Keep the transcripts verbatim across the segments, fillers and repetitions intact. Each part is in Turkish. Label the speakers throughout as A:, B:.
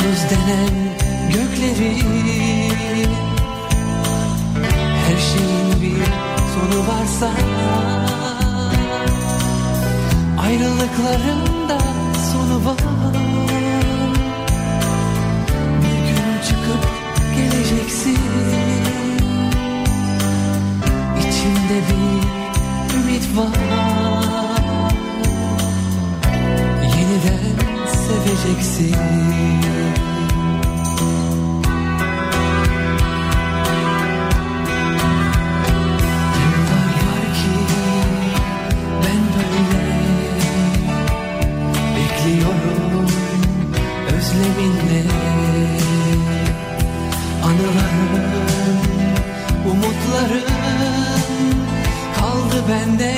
A: Sonsuz denen gökleri, her şeyin bir sonu varsa, ayrılıkların da sonu var. Bir gün çıkıp geleceksin, İçimde bir ümit var. Yeniden seveceksin. Yıllar var ki ben böyle bekliyorum özleminle. Anılarım, umutlarım kaldı bende.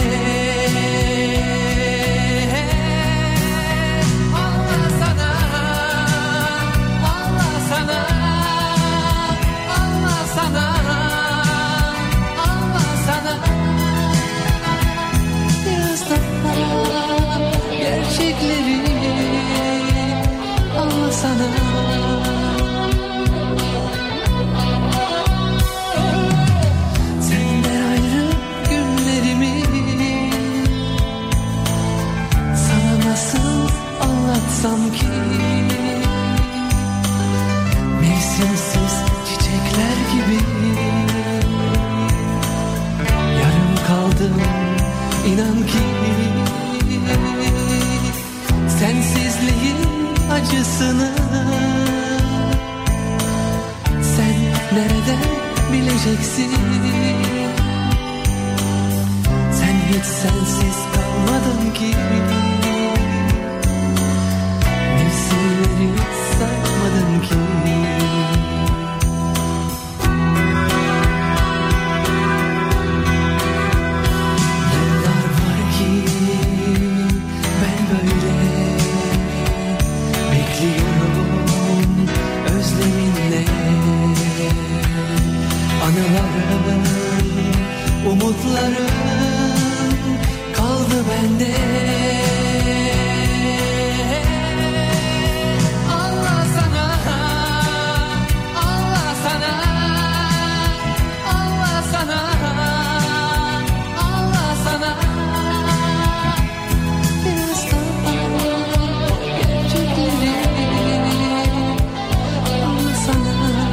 A: Senden ayrı günlerimi sana nasıl anlatsam ki? Mevsimsiz çiçekler gibi yarım kaldım, inan ki. Sensizliğin acısını sen nereden bileceksin? Sen hiç sensiz kalmadın ki, mevsimleri saymadın ki. Yıllar var ki ben böyle bekliyorum özleminle. Anılarım, umutlarım kaldı bende. Allah sana, Allah sana, Allah sana, Allah sana. Biraz daha gerçekleri Allah sana.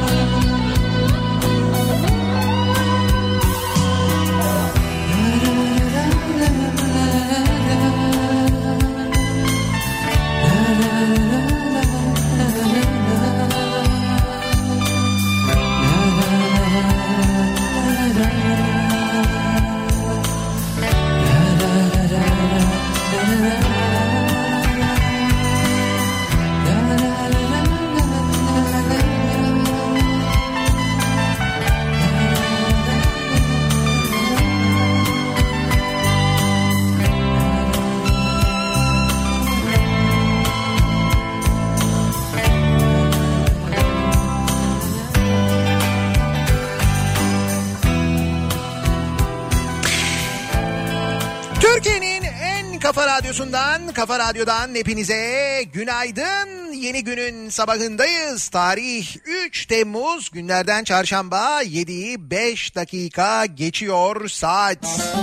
A: Kafa Radyosu'ndan, Kafa Radyo'dan hepinize günaydın. Yeni günün sabahındayız. Tarih üç Temmuz, günlerden çarşamba, yediyi beş dakika geçiyor saat.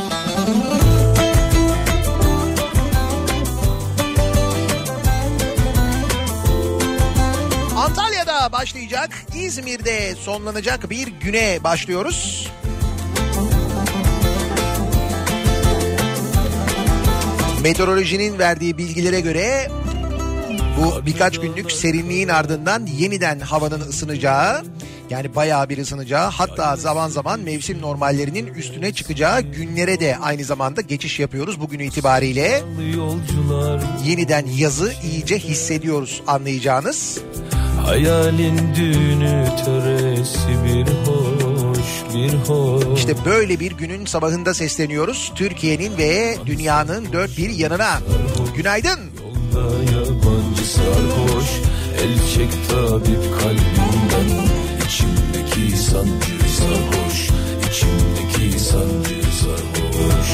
A: Antalya'da başlayacak, İzmir'de sonlanacak bir güne başlıyoruz. Meteorolojinin verdiği bilgilere göre bu birkaç günlük serinliğin ardından yeniden havanın ısınacağı, yani bayağı bir ısınacağı, hatta zaman zaman mevsim normallerinin üstüne çıkacağı günlere de aynı zamanda geçiş yapıyoruz bugün itibariyle. Yeniden yazı iyice hissediyoruz, anlayacağınız.
B: Hayalin düğünü töresi bir hoş, bir hoş.
A: İşte böyle bir günün sabahında sesleniyoruz Türkiye'nin ve dünyanın dört bir yanına. Günaydın.
B: Yolda yabancı sarhoş, el çek tabip kalbimden. İçimdeki sancı sarhoş, içimdeki sancı sarhoş.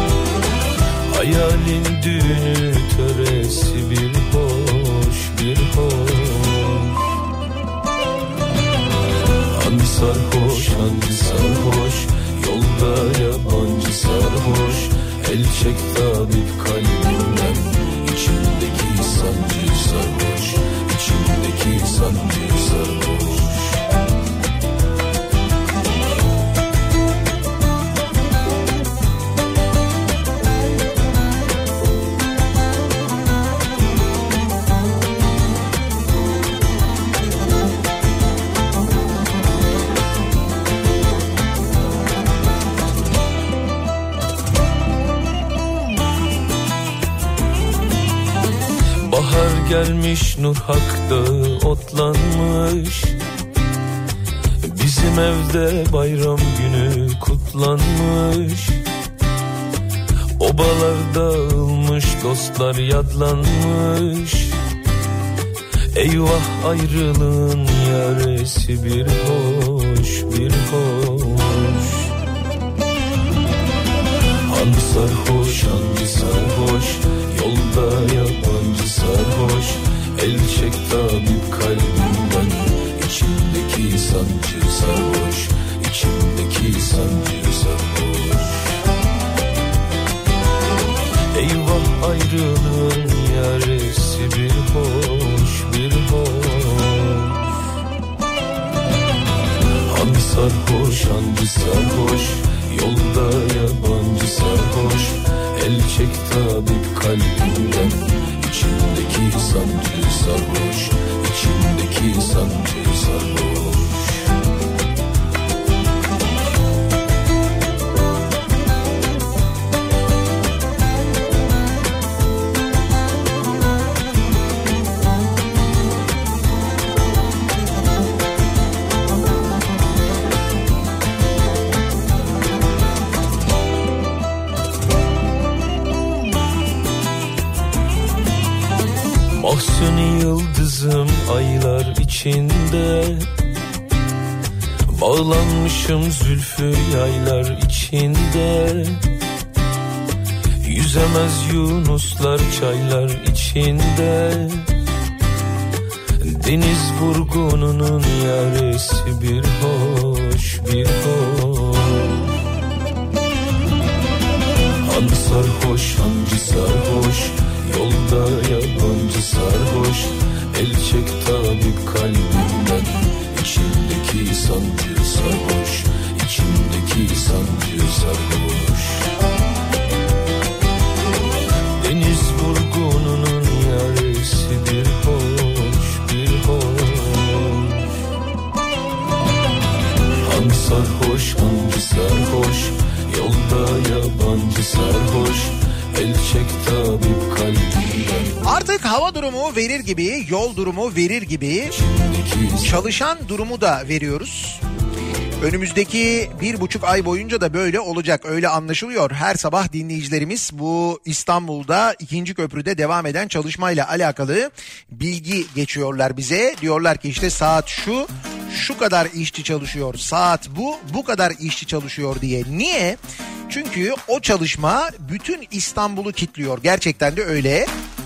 B: Hayalin düğünü töresi bir hoş, bir hoş. Bahar gelmiş, nur hakta otlanmış. Bizim evde bayram günü kutlanmış. Obalar dağılmış, dostlar yadlanmış. Eyvah ayrılığın yaresi bir hoş, bir hoş. Hangi sarhoş, hangi sarhoş, yolda yabancı sarhoş. El çek tabip kalbimden, içimdeki sancı sarhoş, içimdeki sancı sarhoş. Eyvah ayrılığın yaresi bir hoş, bir hoş. Hangi sarhoş, hangi sarhoş, yolda yabancı sarhoş. El çek tabip kalbimden, içimdeki sancı sarhoş, içimdeki sancı sarhoş. Mahsuni yıldızım aylar içinde, bağlanmışım zülfü yaylar içinde. Yüzemez yunuslar çaylar içinde. Deniz vurgununun yaresi bir hoş, bir hoş. Hangi sarhoş, hangi sarhoş, yolda yabancı sarhoş. El çek tabip kalbimden, içimdeki sancı sarhoş, içimdeki sancı sarhoş. Deniz vurgununun yaresi bir hoş, bir hoş. Hangi sarhoş, hangi sarhoş, yolda yabancı sarhoş. El çek tabip kalbimden.
A: Artık hava durumu verir gibi, yol durumu verir gibi, çalışan durumu da veriyoruz. Önümüzdeki bir buçuk ay boyunca da böyle olacak, öyle anlaşılıyor. Her sabah dinleyicilerimiz bu İstanbul'da ikinci köprüde devam eden çalışmayla alakalı bilgi geçiyorlar bize. Diyorlar ki işte saat şu, şu kadar işçi çalışıyor, saat bu, bu kadar işçi çalışıyor diye. Niye? Çünkü o çalışma bütün İstanbul'u kilitliyor. Gerçekten de öyle.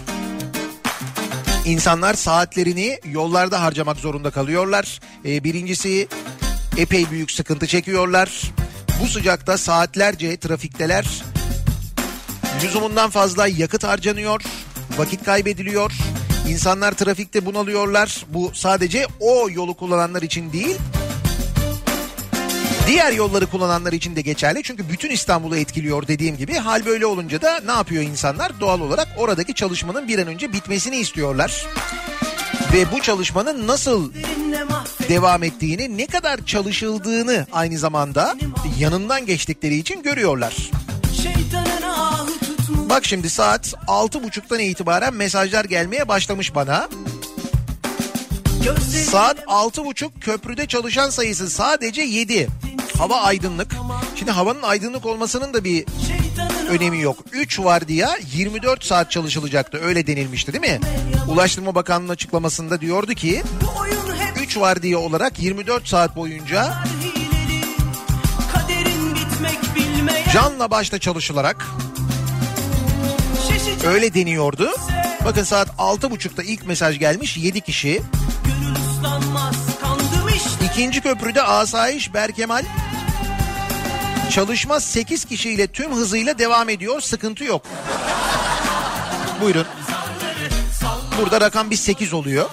A: İnsanlar saatlerini yollarda harcamak zorunda kalıyorlar. Ee, birincisi epey büyük sıkıntı çekiyorlar. Bu sıcakta saatlerce trafikteler. Lüzumundan fazla yakıt harcanıyor. Vakit kaybediliyor. İnsanlar trafikte bunalıyorlar. Bu sadece o yolu kullananlar için değil, diğer yolları kullananlar için de geçerli. Çünkü bütün İstanbul'u etkiliyor dediğim gibi. Hal böyle olunca da ne yapıyor insanlar? Doğal olarak oradaki çalışmanın bir an önce bitmesini istiyorlar. Ve bu çalışmanın nasıl devam ettiğini, ne kadar çalışıldığını aynı zamanda yanından geçtikleri için görüyorlar. Bak şimdi saat altı buçuktan itibaren mesajlar gelmeye başlamış bana. Saat altı buçuk, köprüde çalışan sayısı sadece yedi. Hava aydınlık. Şimdi havanın aydınlık olmasının da bir önemi yok. üç vardiya yirmi dört saat çalışılacaktı, öyle denilmişti değil mi? Ulaştırma Bakanlığı'nın açıklamasında diyordu ki üç vardiya olarak yirmi dört saat boyunca canla başla çalışılarak, öyle deniyordu. Bakın saat altı buçukta ilk mesaj gelmiş, yedi kişi. İkinci köprüde asayiş Berkemal, çalışma sekiz kişiyle tüm hızıyla devam ediyor, sıkıntı yok. Buyurun. Burada rakam bir sekiz oluyor.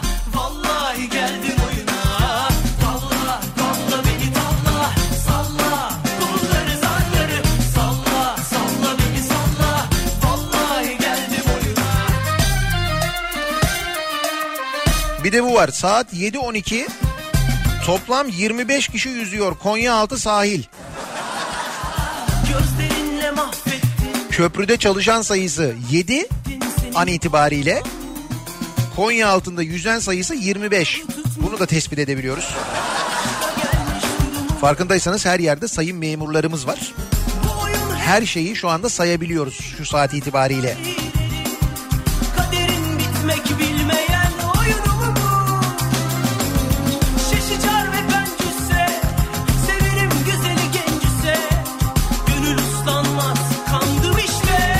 A: Bir de bu var, saat yedi on iki, toplam yirmi beş kişi yüzüyor Konyaaltı sahil. Köprüde çalışan sayısı yedi an itibariyle. Konya altında yüzen sayısı yirmi beş. Bunu da tespit edebiliyoruz. Farkındaysanız her yerde sayım memurlarımız var. Her şeyi şu anda sayabiliyoruz şu saat itibariyle.
C: Kaderin bitmek bilmeyen oyunu bu. Şaşıcar ve bencüse, severim güzeli gencüse. Gönül uslanmaz, kandım işte.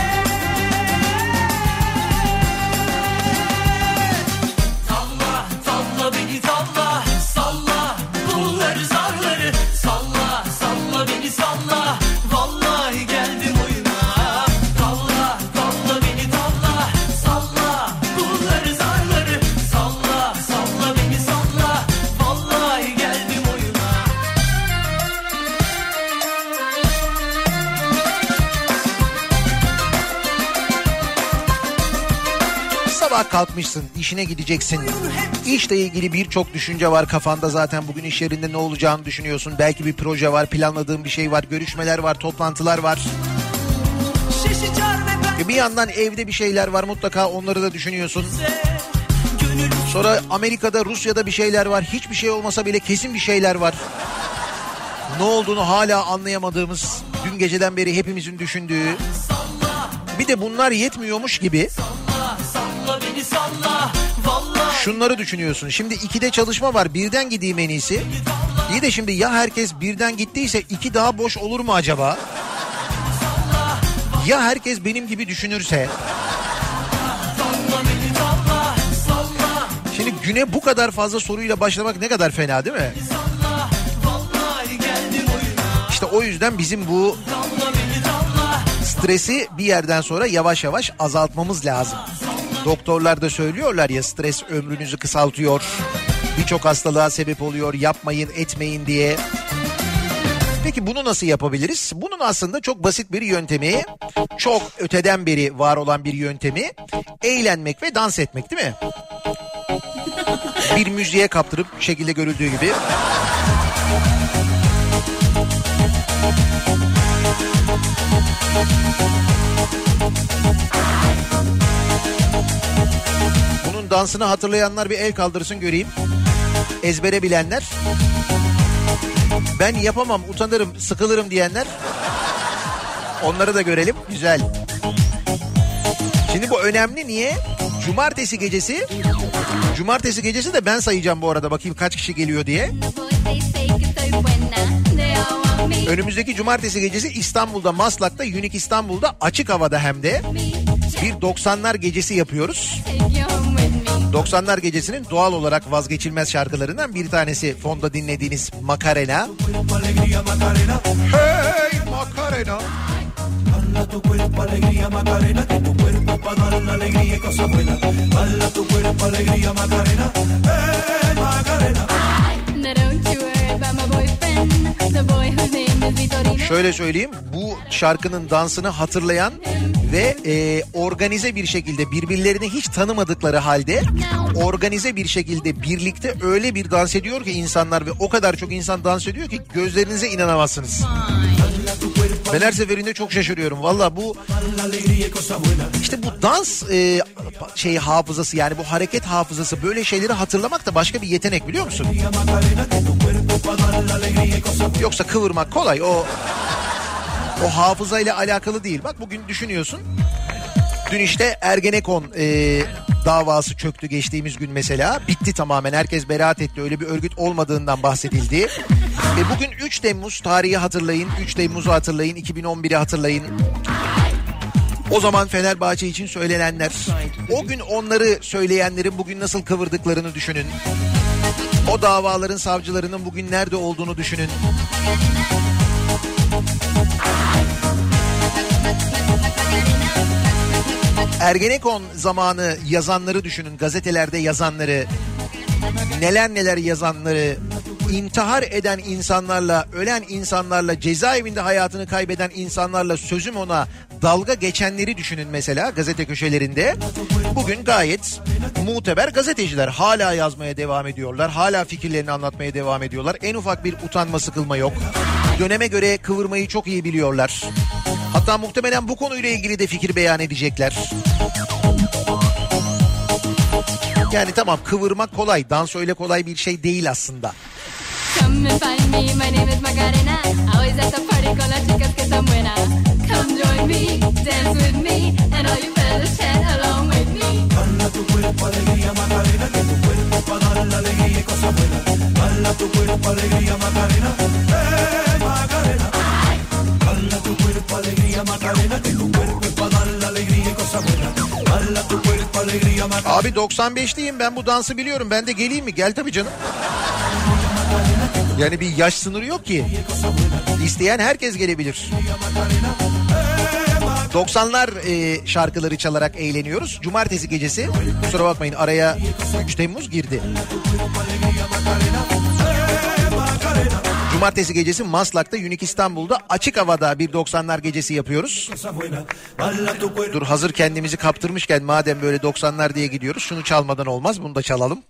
C: Talla, talla beni talla, salla bunları zarları. Salla, salla beni salla, vallahi geldim oyuna. Talla, talla beni talla, salla bunları zarları. Salla, salla beni salla, vallahi geldim oyuna.
A: Sabah kalkmışsın, işine gideceksin. İşle ilgili birçok düşünce var kafanda zaten. Bugün iş yerinde ne olacağını düşünüyorsun. Belki bir proje var, planladığın bir şey var, görüşmeler var, toplantılar var.
C: Şaşıcar ve
A: E bir yandan evde bir şeyler var, mutlaka onları da düşünüyorsun.
C: bense, gönül
A: Sonra Amerika'da, Rusya'da bir şeyler var. Hiçbir şey olmasa bile kesin bir şeyler var. Ne olduğunu hala anlayamadığımız, dün geceden beri hepimizin düşündüğü. Bir de bunlar yetmiyormuş gibi
C: salla, salla beni salla, vallahi
A: şunları düşünüyorsun. Şimdi ikide çalışma var, birden gideyim en iyisi. İyi de şimdi ya herkes birden gittiyse iki daha boş olur mu acaba? Ya herkes benim gibi düşünürse?
C: salla beni salla, salla,
A: Şimdi güne bu kadar fazla soruyla başlamak ne kadar fena değil mi?
C: salla, vallahi geldim oyuna.
A: İşte o yüzden bizim bu
C: Salla beni salla,
A: stresi bir yerden sonra yavaş yavaş azaltmamız lazım. Doktorlar da söylüyorlar ya, stres ömrünüzü kısaltıyor. Birçok hastalığa sebep oluyor, yapmayın etmeyin diye. Peki bunu nasıl yapabiliriz? Bunun aslında çok basit bir yöntemi, çok öteden beri var olan bir yöntemi, eğlenmek ve dans etmek değil mi? Bir müziğe kaptırıp şekilde görüldüğü gibi. Bunun dansını hatırlayanlar bir el kaldırsın göreyim. Ezbere bilenler. Ben yapamam, utanırım, sıkılırım diyenler. Onları da görelim. Güzel. Şimdi bu önemli, niye? Cumartesi gecesi. Cumartesi gecesi de ben sayacağım bu arada, bakayım kaç kişi geliyor diye. Önümüzdeki cumartesi gecesi İstanbul'da, Maslak'ta, Unique İstanbul'da, açık havada hem de bir doksanlar gecesi yapıyoruz. doksanlar gecesinin doğal olarak vazgeçilmez şarkılarından bir tanesi fonda dinlediğiniz Macarena. Hey Macarena.
D: Bala tu cuerpo alegría Macarena, que tu cuerpo para dar la alegría y cosa buena. Bala tu cuerpo alegría Macarena, hey Macarena.
A: Şöyle söyleyeyim, bu şarkının dansını hatırlayan ve e, organize bir şekilde, birbirlerini hiç tanımadıkları halde organize bir şekilde birlikte öyle bir dans ediyor ki insanlar, ve o kadar çok insan dans ediyor ki gözlerinize inanamazsınız. Ben her seferinde çok şaşırıyorum. Valla bu işte bu dans e, şey hafızası, yani bu hareket hafızası, böyle şeyleri hatırlamak da başka bir yetenek, biliyor musun? Yoksa kıvırmak kolay, o o hafızayla alakalı değil. Bak bugün düşünüyorsun. Dün işte Ergenekon e, davası çöktü geçtiğimiz gün mesela. Bitti tamamen, herkes beraat etti, öyle bir örgüt olmadığından bahsedildi. E bugün üç Temmuz tarihi hatırlayın. üç Temmuz'u hatırlayın, iki bin on biri hatırlayın. O zaman Fenerbahçe için söylenenler, o gün onları söyleyenlerin bugün nasıl kıvırdıklarını düşünün. O davaların savcılarının bugün nerede olduğunu düşünün. Ergenekon zamanı yazanları düşünün, gazetelerde yazanları, neler neler yazanları, intihar eden insanlarla, ölen insanlarla, cezaevinde hayatını kaybeden insanlarla, sözüm ona, dalga geçenleri düşünün mesela gazete köşelerinde. Bugün gayet muteber gazeteciler hala yazmaya devam ediyorlar, hala fikirlerini anlatmaya devam ediyorlar. En ufak bir utanma, sıkılma yok. Döneme göre kıvırmayı çok iyi biliyorlar. Hatta muhtemelen bu konuyla ilgili de fikir beyan edecekler. Yani tamam, kıvırmak kolay. Dans öyle kolay bir şey değil aslında.
E: Come and find me, my name is Macarena. Always at the party con las chicas que están buenas. Come join me, dance with me, and all you fellas chat along with me.
D: Bala tu cuerpo alegría Macarena, que tu cuerpo para dar la alegría y cosas buenas. Bala tu cuerpo alegría Macarena, eh Macarena. Bala tu cuerpo alegría Macarena, que tu cuerpo para dar la alegría y cosas buenas. Bala tu cuerpo alegría Macarena.
A: Abi doksan beşliyim, ben bu dansı biliyorum. Ben de geleyim mi? Gel tabii canım. Yani bir yaş sınırı yok ki. İsteyen herkes gelebilir. doksanlar e, şarkıları çalarak eğleniyoruz. Cumartesi gecesi, kusura bakmayın araya üç Temmuz girdi. Cumartesi gecesi Maslak'ta, Unique İstanbul'da açık havada bir doksanlar gecesi yapıyoruz. Dur, hazır kendimizi kaptırmışken madem böyle doksanlar diye gidiyoruz, şunu çalmadan olmaz, bunu da çalalım.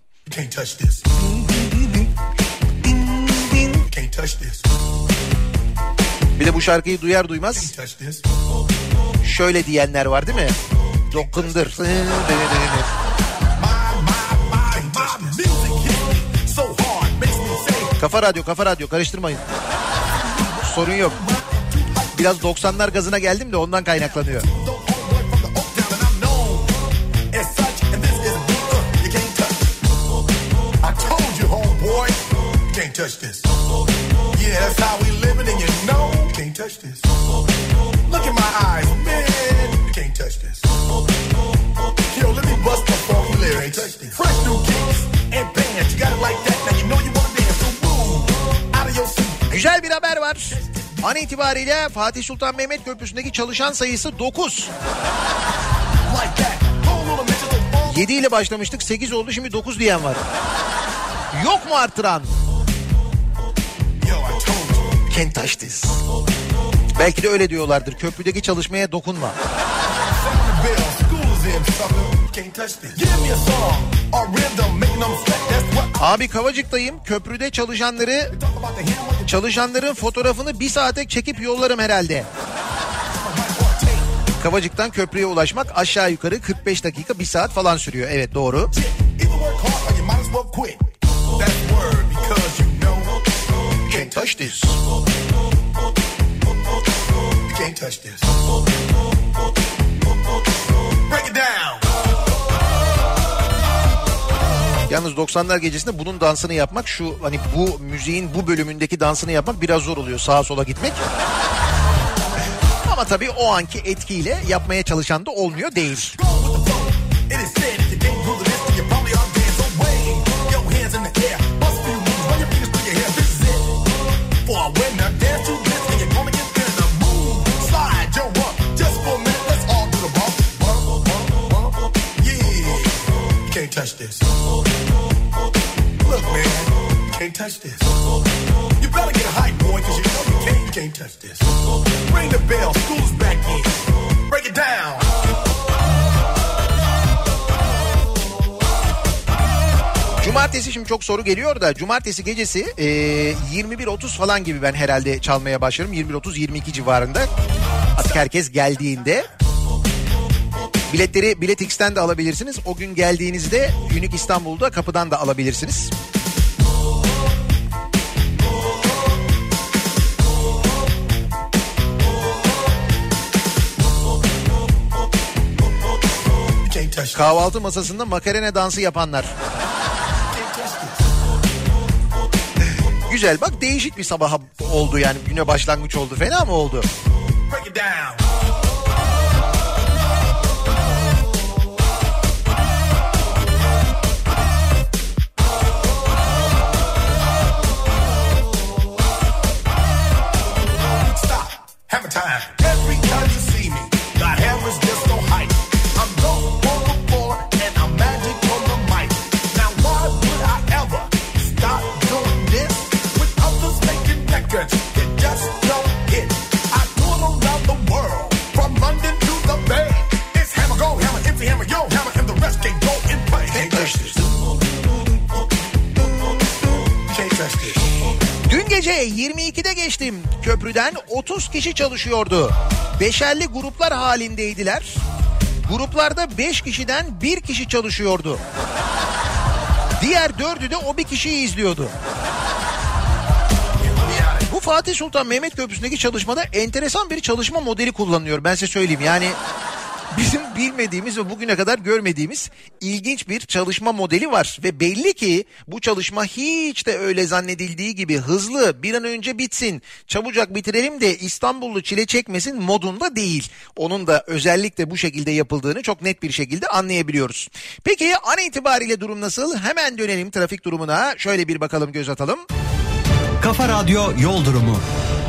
A: Bir de bu şarkıyı duyar duymaz şöyle diyenler var değil mi? Dokundur. Kafa Radyo, Kafa Radyo, karıştırmayın. Sorun yok. Biraz doksanlar gazına geldim de ondan kaynaklanıyor.
F: Can't touch this. Yeah, that's how we living and you know can't touch this. Look in my eyes, man, you can't touch this. Yo, let me bust the funky lyrics. Fresh new kicks and bands, you got it like that. Now you know you wanna dance, so move out of your seat.
A: Güzel bir haber var. An itibariyle Fatih Sultan Mehmet Köprüsü'ndeki çalışan sayısı dokuz. yedi ile başlamıştık, sekiz oldu, şimdi dokuz diyen var. Yok mu artıran? Can't touch this. Belki de öyle diyorlardır. Köprüdeki çalışmaya dokunma. Abi Kavacık'tayım. Köprüde çalışanları çalışanların fotoğrafını bir saate çekip yollarım herhalde. Kavacık'tan köprüye ulaşmak aşağı yukarı kırk beş dakika, bir saat falan sürüyor. Evet, doğru. Can't touch this. Can't touch this. Break it down. Yalnız doksanlar gecesinde bunun dansını yapmak, şu hani bu müziğin bu bölümündeki dansını yapmak biraz zor oluyor, sağa sola gitmek. Ama tabii o anki etkiyle yapmaya çalışan da olmuyor değil. Can't touch this. Look, man, can't touch this. You better get a hype, boy, cause you know you can't, you can't touch this. Ring the bell, school's back in. Break it down. Cumartesi, şimdi çok soru geliyor da cumartesi gecesi e, yirmi bir otuz falan gibi ben herhalde çalmaya başlarım. yirmi bir otuz yirmi iki civarında. Artık herkes geldiğinde. Biletleri Bilet X'ten de alabilirsiniz. O gün geldiğinizde Unique İstanbul'da kapıdan da alabilirsiniz. Kahvaltı masasında Macarena dansı yapanlar. Güzel, bak değişik bir sabah oldu yani, güne başlangıç oldu. Fena mı oldu? Hammer time. Every time you see me, the hammer's just so hype. I'm dope on the floor and I'm magic on the mic. Now why would I ever stop doing this with others making records that just don't hit? I tour around the world from London to the Bay. It's hammer go, hammer empty, hammer yo, hammer and the rest can go in play. Can't touch this. Can't touch this. Dün gece yirmi ikide geçtim. Köprüden otuz kişi çalışıyordu. Beşerli gruplar halindeydiler. Gruplarda beş kişiden bir kişi çalışıyordu. Diğer dördü de o bir kişiyi izliyordu. Bu Fatih Sultan Mehmet Köprüsü'ndeki çalışmada enteresan bir çalışma modeli kullanılıyor. Ben size söyleyeyim yani bizim bilmediğimiz ve bugüne kadar görmediğimiz ilginç bir çalışma modeli var. Ve belli ki bu çalışma hiç de öyle zannedildiği gibi hızlı, bir an önce bitsin, çabucak bitirelim de İstanbullu çile çekmesin modunda değil. Onun da özellikle bu şekilde yapıldığını çok net bir şekilde anlayabiliyoruz. Peki an itibariyle durum nasıl? Hemen dönelim trafik durumuna. Şöyle bir bakalım, göz atalım.
G: Kafa Radyo Yol Durumu.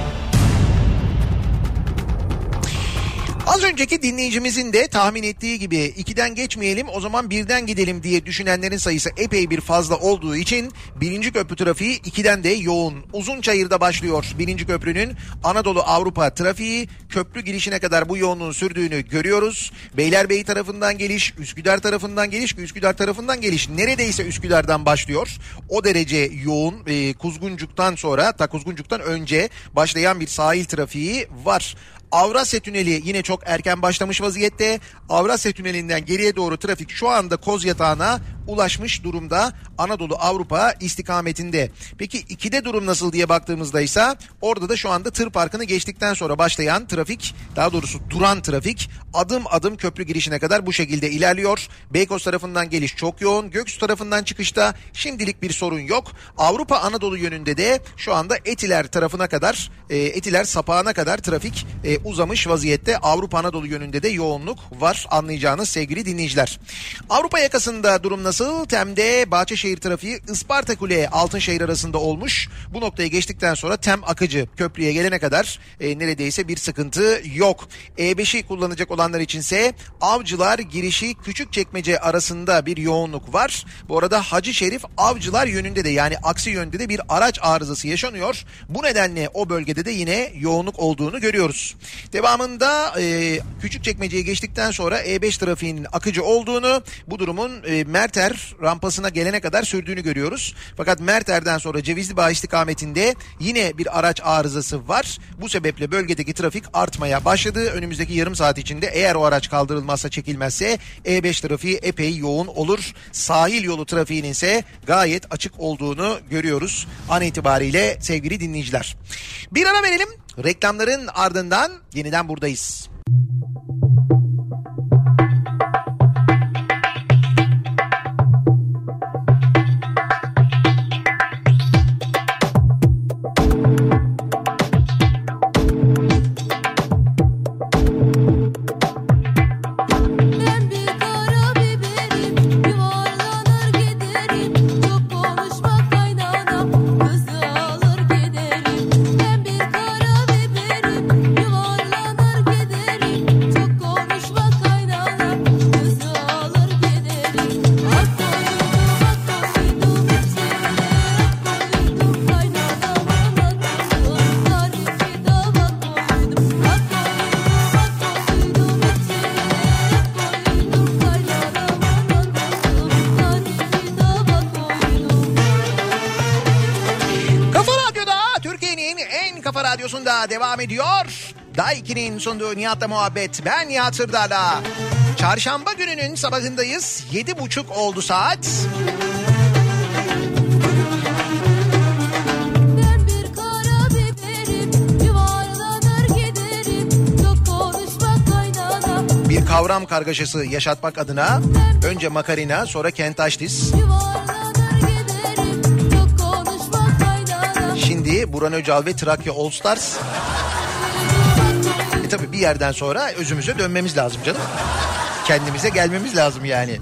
A: Az önceki dinleyicimizin de tahmin ettiği gibi ikiden geçmeyelim, o zaman birden gidelim diye düşünenlerin sayısı epey bir fazla olduğu için birinci köprü trafiği ikiden de yoğun. Uzunçayır'da başlıyor birinci köprünün Anadolu Avrupa trafiği. Köprü girişine kadar bu yoğunluğun sürdüğünü görüyoruz. Beylerbeyi tarafından geliş, Üsküdar tarafından geliş, Üsküdar tarafından geliş neredeyse Üsküdar'dan başlıyor. O derece yoğun. e, Kuzguncuk'tan sonra, ta Kuzguncuk'tan önce başlayan bir sahil trafiği var. Avrasya Tüneli yine çok erken başlamış vaziyette. Avrasya Tüneli'nden geriye doğru trafik şu anda Kozyatağı'na ulaşmış durumda Anadolu Avrupa istikametinde. Peki ikide durum nasıl diye baktığımızda ise orada da şu anda tır parkını geçtikten sonra başlayan trafik, daha doğrusu duran trafik adım adım köprü girişine kadar bu şekilde ilerliyor. Beykoz tarafından geliş çok yoğun. Göksu tarafından çıkışta şimdilik bir sorun yok. Avrupa Anadolu yönünde de şu anda Etiler tarafına kadar, e, Etiler sapağına kadar trafik e, uzamış vaziyette. Avrupa Anadolu yönünde de yoğunluk var, anlayacağınız sevgili dinleyiciler. Avrupa yakasında durum nasıl? Tem'de Bahçeşehir trafiği Isparta Kule Altınşehir arasında olmuş. Bu noktayı geçtikten sonra Tem Akıcı köprüye gelene kadar e, neredeyse bir sıkıntı yok. E beşi kullanacak olanlar içinse Avcılar girişi Küçükçekmece arasında bir yoğunluk var. Bu arada Hacı Şerif Avcılar yönünde de, yani aksi yönde de bir araç arızası yaşanıyor. Bu nedenle o bölgede de yine yoğunluk olduğunu görüyoruz. Devamında e, Küçükçekmece'yi geçtikten sonra E beş trafiğinin akıcı olduğunu, bu durumun e, Merter rampasına gelene kadar sürdüğünü görüyoruz. Fakat Merter'den sonra Cevizlibağ istikametinde yine bir araç arızası var. Bu sebeple bölgedeki trafik artmaya başladı. Önümüzdeki yarım saat içinde eğer o araç kaldırılmazsa, çekilmezse E beş trafiği epey yoğun olur. Sahil yolu trafiğinin ise gayet açık olduğunu görüyoruz an itibariyle sevgili dinleyiciler. Bir ara verelim. Reklamların ardından yeniden buradayız. Devam ediyor. Daiki'nin sunduğu Nihat'la muhabbet. Ben Nihat Sırdar'la. Çarşamba gününün sabahındayız. Yedi buçuk oldu saat. Bir kavram kargaşası yaşatmak adına önce Makarina, sonra Kentaştis. Şimdi Burhan Öcal ve Trakya All Stars. E tabii bir yerden sonra özümüze dönmemiz lazım canım. Kendimize gelmemiz lazım yani.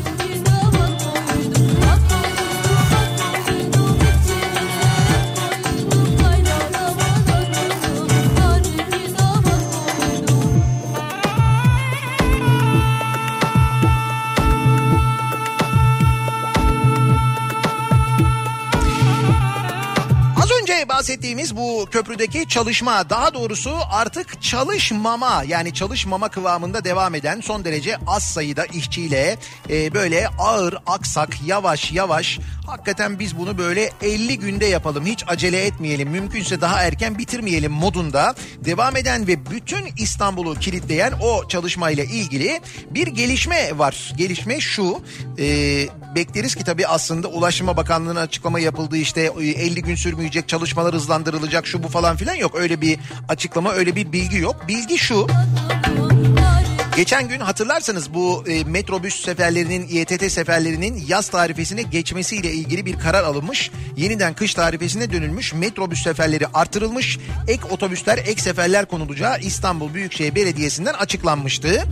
A: Bahsettiğimiz bu köprüdeki çalışma, daha doğrusu artık çalışmama, yani çalışmama kıvamında devam eden son derece az sayıda işçiyle e, böyle ağır, aksak, yavaş yavaş, hakikaten biz bunu böyle elli günde yapalım, hiç acele etmeyelim, mümkünse daha erken bitirmeyelim modunda devam eden ve bütün İstanbul'u kilitleyen o çalışmayla ilgili bir gelişme var. Gelişme şu: e, bekleriz ki tabii aslında Ulaştırma Bakanlığı'nın açıklama yapıldığı işte elli gün sürmeyecek, çalışmalar hızlandırılacak, şu bu falan filan yok. Öyle bir açıklama, öyle bir bilgi yok. Bilgi şu: geçen gün hatırlarsanız bu e, metrobüs seferlerinin, İ T T seferlerinin yaz tarifesine geçmesiyle ilgili bir karar alınmış. Yeniden kış tarifesine dönülmüş. Metrobüs seferleri artırılmış. Ek otobüsler, ek seferler konulacağı İstanbul Büyükşehir Belediyesi'nden açıklanmıştı.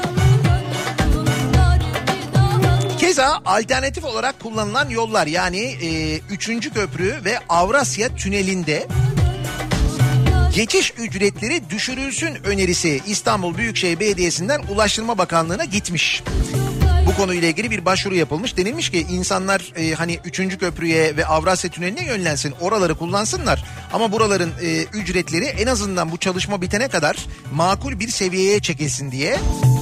A: Keza alternatif olarak kullanılan yollar, yani e, üçüncü köprü ve Avrasya Tüneli'nde geçiş ücretleri düşürülsün önerisi İstanbul Büyükşehir Belediyesi'nden Ulaştırma Bakanlığı'na gitmiş. Bu konuyla ilgili bir başvuru yapılmış. Denilmiş ki insanlar e, hani üçüncü köprüye ve Avrasya Tüneli'ne yönlensin, oraları kullansınlar. Ama buraların e, ücretleri en azından bu çalışma bitene kadar makul bir seviyeye çekilsin diye.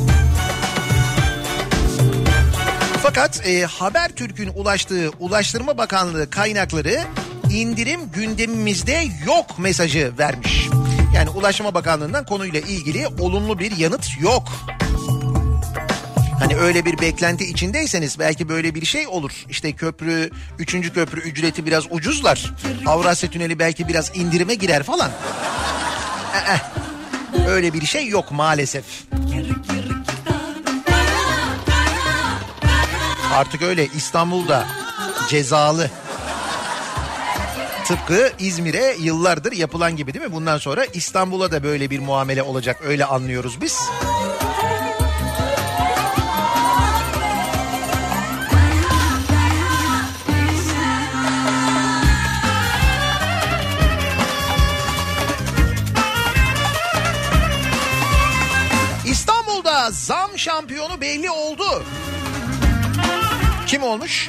A: Fakat e, Habertürk'ün ulaştığı Ulaştırma Bakanlığı kaynakları indirim gündemimizde yok mesajı vermiş. Yani Ulaştırma Bakanlığı'ndan konuyla ilgili olumlu bir yanıt yok. Hani öyle bir beklenti içindeyseniz belki böyle bir şey olur. İşte köprü, üçüncü köprü ücreti biraz ucuzlar. Avrasya Tüneli belki biraz indirime girer falan. Ee, öyle bir şey yok maalesef. Artık öyle İstanbul'da cezalı. Tıpkı İzmir'e yıllardır yapılan gibi değil mi? Bundan sonra İstanbul'a da böyle bir muamele olacak, öyle anlıyoruz biz. İstanbul'da zam şampiyonu belli oldu. Kim olmuş?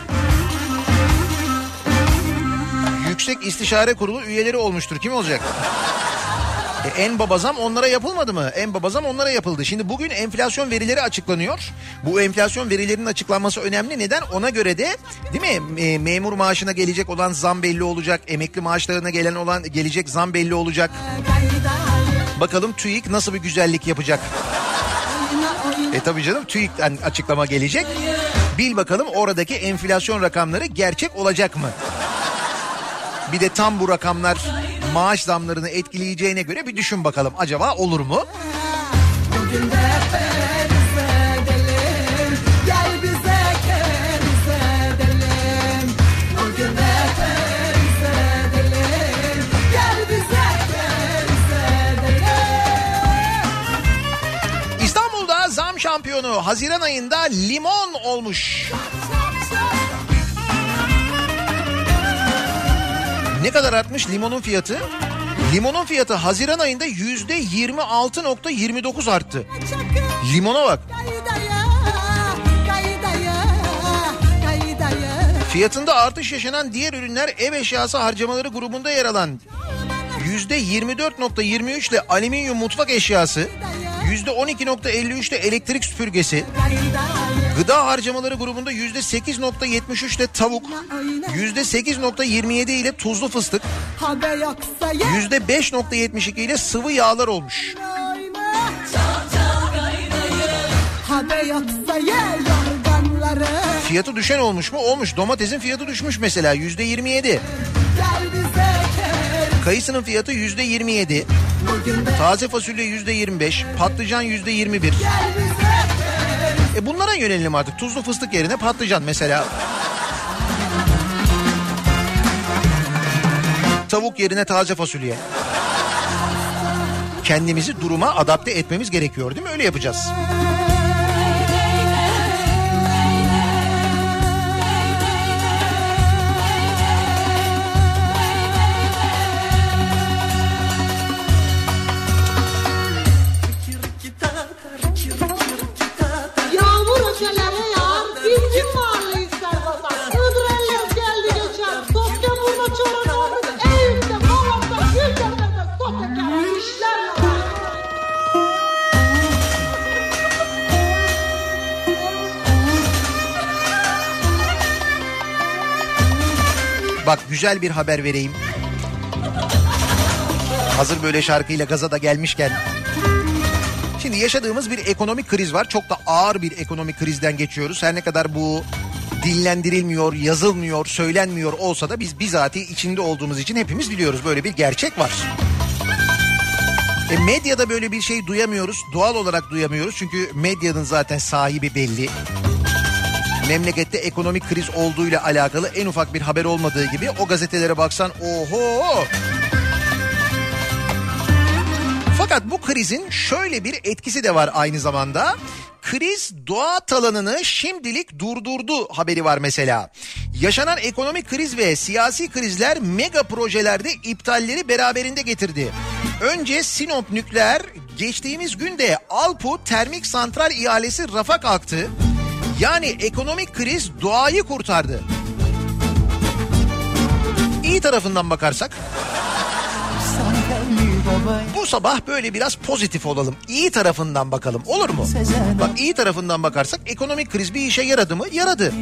A: Yüksek İstişare Kurulu üyeleri olmuştur. Kim olacak? E, en baba zam onlara yapılmadı mı? En baba zam onlara yapıldı. Şimdi bugün enflasyon verileri açıklanıyor. Bu enflasyon verilerinin açıklanması önemli. Neden? Ona göre de değil mi? E, memur maaşına gelecek olan zam belli olacak. Emekli maaşlarına gelen olan gelecek zam belli olacak. Bakalım TÜİK nasıl bir güzellik yapacak? E tabii canım, TÜİK'ten açıklama gelecek. Bil bakalım oradaki enflasyon rakamları gerçek olacak mı? Bir de tam bu rakamlar maaş zamlarını etkileyeceğine göre bir düşün bakalım, acaba olur mu?
H: Bugün de periz edelim, gel bize keriz edelim. Bugün de periz edelim, gel bize keriz edelim.
A: İstanbul'da zam şampiyonu Haziran ayında limon olmuş. Ne kadar artmış limonun fiyatı? Limonun fiyatı Haziran ayında yüzde yirmi altı nokta yirmi dokuz arttı. Limona bak. Fiyatında artış yaşanan diğer ürünler ev eşyası harcamaları grubunda yer alan yüzde yirmi dört nokta yirmi üç ile alüminyum mutfak eşyası, yüzde on iki nokta elli üç ile elektrik süpürgesi, gıda harcamaları grubunda yüzde sekiz nokta yetmiş üç ile tavuk, yüzde sekiz nokta yirmi yedi ile tuzlu fıstık, yüzde beş nokta yetmiş iki ile sıvı yağlar olmuş. Fiyatı düşen olmuş mu? Olmuş. Domatesin fiyatı düşmüş mesela yüzde yirmi yedi. Kayısının fiyatı yüzde yirmi yedi. Taze fasulye yüzde yirmi beş. Patlıcan yüzde yirmi bir. E bunlara yönelelim artık. Tuzlu fıstık yerine patlıcan mesela. Tavuk yerine taze fasulye. Kendimizi duruma adapte etmemiz gerekiyor değil mi? Öyle yapacağız. Bak güzel bir haber vereyim. Hazır böyle şarkıyla gaza da gelmişken. Şimdi yaşadığımız bir ekonomik kriz var. Çok da ağır bir ekonomik krizden geçiyoruz. Her ne kadar bu dillendirilmiyor, yazılmıyor, söylenmiyor olsa da biz bizatihi içinde olduğumuz için hepimiz biliyoruz. Böyle bir gerçek var. E medyada böyle bir şey duyamıyoruz. Doğal olarak duyamıyoruz. Çünkü medyanın zaten sahibi belli. Memlekette ekonomik kriz olduğuyla alakalı en ufak bir haber olmadığı gibi o gazetelere baksan oho. Fakat bu krizin şöyle bir etkisi de var aynı zamanda. Kriz doğa talanını şimdilik durdurdu haberi var mesela. Yaşanan ekonomik kriz ve siyasi krizler mega projelerde iptalleri beraberinde getirdi. Önce Sinop Nükleer, geçtiğimiz günde Alpu Termik Santral ihalesi rafa kalktı. Yani ekonomik kriz doğayı kurtardı. İyi tarafından bakarsak bu sabah böyle biraz pozitif olalım. İyi tarafından bakalım, olur mu? Bak, iyi tarafından bakarsak ekonomik kriz bir işe yaradı mı? Yaradı.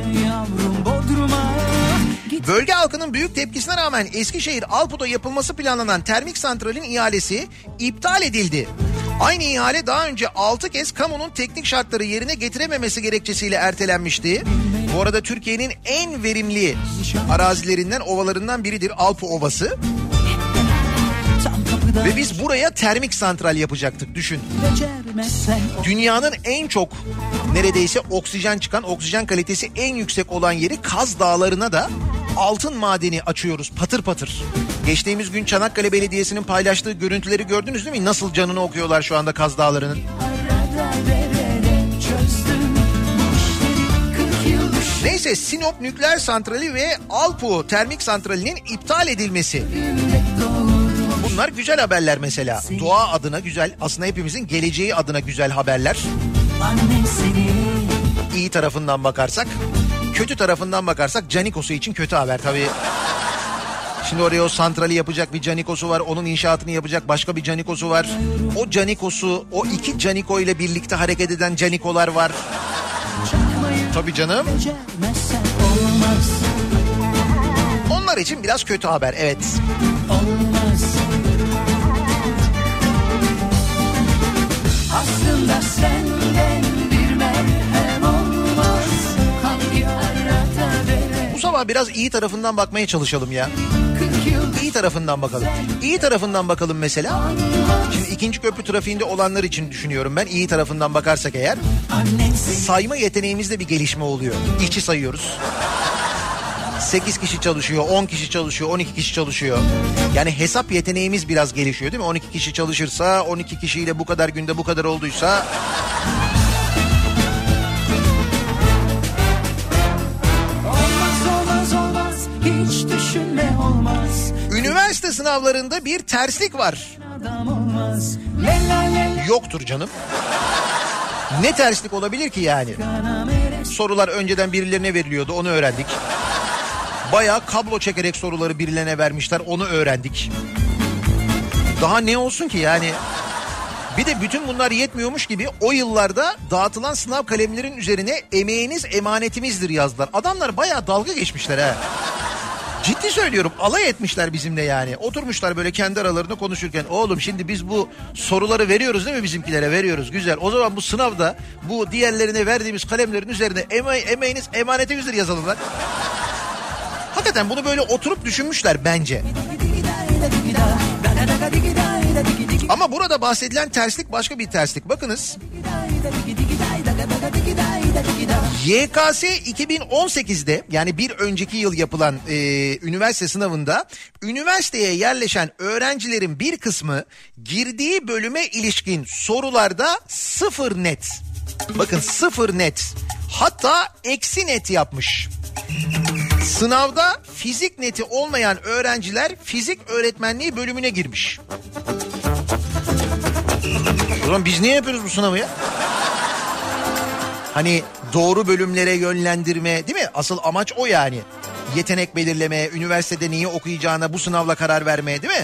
A: Bölge halkının büyük tepkisine rağmen Eskişehir Alpu'da yapılması planlanan termik santralin ihalesi iptal edildi. Aynı ihale daha önce altı kez kamunun teknik şartları yerine getirememesi gerekçesiyle ertelenmişti. Bu arada Türkiye'nin en verimli arazilerinden, ovalarından biridir Alpu Ovası. Ve biz buraya termik santral yapacaktık, düşün. Dünyanın en çok neredeyse oksijen çıkan, oksijen kalitesi en yüksek olan yeri Kaz Dağları'na da altın madeni açıyoruz patır patır. Geçtiğimiz gün Çanakkale Belediyesi'nin paylaştığı görüntüleri gördünüz değil mi? Nasıl canını okuyorlar şu anda Kaz Dağları'nın. Neyse, Sinop Nükleer Santrali ve Alpu Termik Santrali'nin iptal edilmesi. Bunlar güzel haberler mesela. Doğa adına güzel, aslında hepimizin geleceği adına güzel haberler. İyi tarafından bakarsak, kötü tarafından bakarsak Canikos'u için kötü haber tabii. Şimdi oraya o santrali yapacak bir Canikos'u var, onun inşaatını yapacak başka bir Canikos'u var. O Canikos'u, o iki Caniko ile birlikte hareket eden Canikolar var. Tabii canım. Onlar için biraz kötü haber, evet.
H: Aslında senden bir merhem olmaz. Hangi arada vere...
A: Bu sabah biraz iyi tarafından bakmaya çalışalım ya. İyi tarafından bakalım. İyi tarafından bakalım mesela. Şimdi ikinci köprü trafiğinde olanlar için düşünüyorum ben. İyi tarafından bakarsak eğer, sayma yeteneğimizde bir gelişme oluyor. İşçi sayıyoruz. sekiz kişi çalışıyor, on kişi çalışıyor, on iki kişi çalışıyor. Yani hesap yeteneğimiz biraz gelişiyor değil mi? on iki kişi çalışırsa, on iki kişiyle bu kadar günde bu kadar olduysa...
H: Olmaz olmaz olmaz, hiç düşünme olmaz.
A: Üniversite sınavlarında bir terslik var.
H: Adam olmaz. Le la le.
A: Yoktur canım. Ne terslik olabilir ki yani? Sorular önceden birilerine veriliyordu, onu öğrendik. Bayağı kablo çekerek soruları birilerine vermişler, onu öğrendik. Daha ne olsun ki yani? Bir de bütün bunlar yetmiyormuş gibi o yıllarda dağıtılan sınav kalemlerin üzerine emeğiniz emanetimizdir yazdılar. Adamlar bayağı dalga geçmişler ha. Ciddi söylüyorum, alay etmişler bizimle yani. Oturmuşlar böyle kendi aralarında konuşurken, oğlum şimdi biz bu soruları veriyoruz değil mi, bizimkilere veriyoruz, güzel. O zaman bu sınavda bu diğerlerine verdiğimiz kalemlerin üzerine eme emeğiniz emanetimizdir yazalım lan. Hakikaten bunu böyle oturup düşünmüşler bence. Ama burada bahsedilen terslik başka bir terslik. Bakınız. Y K S iki bin on sekizde, yani bir önceki yıl yapılan e, üniversite sınavında üniversiteye yerleşen öğrencilerin bir kısmı girdiği bölüme ilişkin sorularda sıfır net. Bakın sıfır net. Hatta eksi net yapmış. Sınavda fizik neti olmayan öğrenciler fizik öğretmenliği bölümüne girmiş. Ulan biz niye yapıyoruz bu sınavı ya? Hani doğru bölümlere yönlendirme, değil mi? Asıl amaç o yani. Yetenek belirleme, üniversitede neyi okuyacağına bu sınavla karar vermeye, değil mi?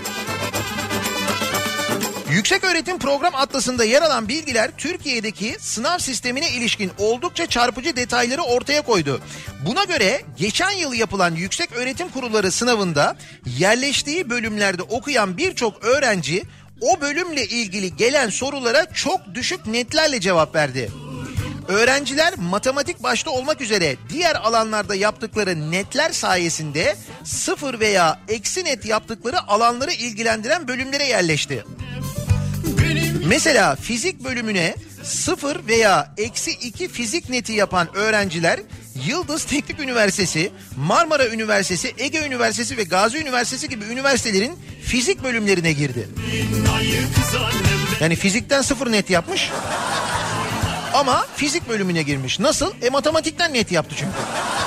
A: Yükseköğretim Program Atlası'nda yer alan bilgiler Türkiye'deki sınav sistemine ilişkin oldukça çarpıcı detayları ortaya koydu. Buna göre geçen yıl yapılan Yükseköğretim Kurulları sınavında yerleştiği bölümlerde okuyan birçok öğrenci o bölümle ilgili gelen sorulara çok düşük netlerle cevap verdi. Öğrenciler matematik başta olmak üzere diğer alanlarda yaptıkları netler sayesinde sıfır veya eksi net yaptıkları alanları ilgilendiren bölümlere yerleşti. Mesela fizik bölümüne sıfır veya eksi iki fizik neti yapan öğrenciler Yıldız Teknik Üniversitesi, Marmara Üniversitesi, Ege Üniversitesi ve Gazi Üniversitesi gibi üniversitelerin fizik bölümlerine girdi. Yani fizikten sıfır net yapmış ama fizik bölümüne girmiş. Nasıl? E matematikten net yaptı çünkü.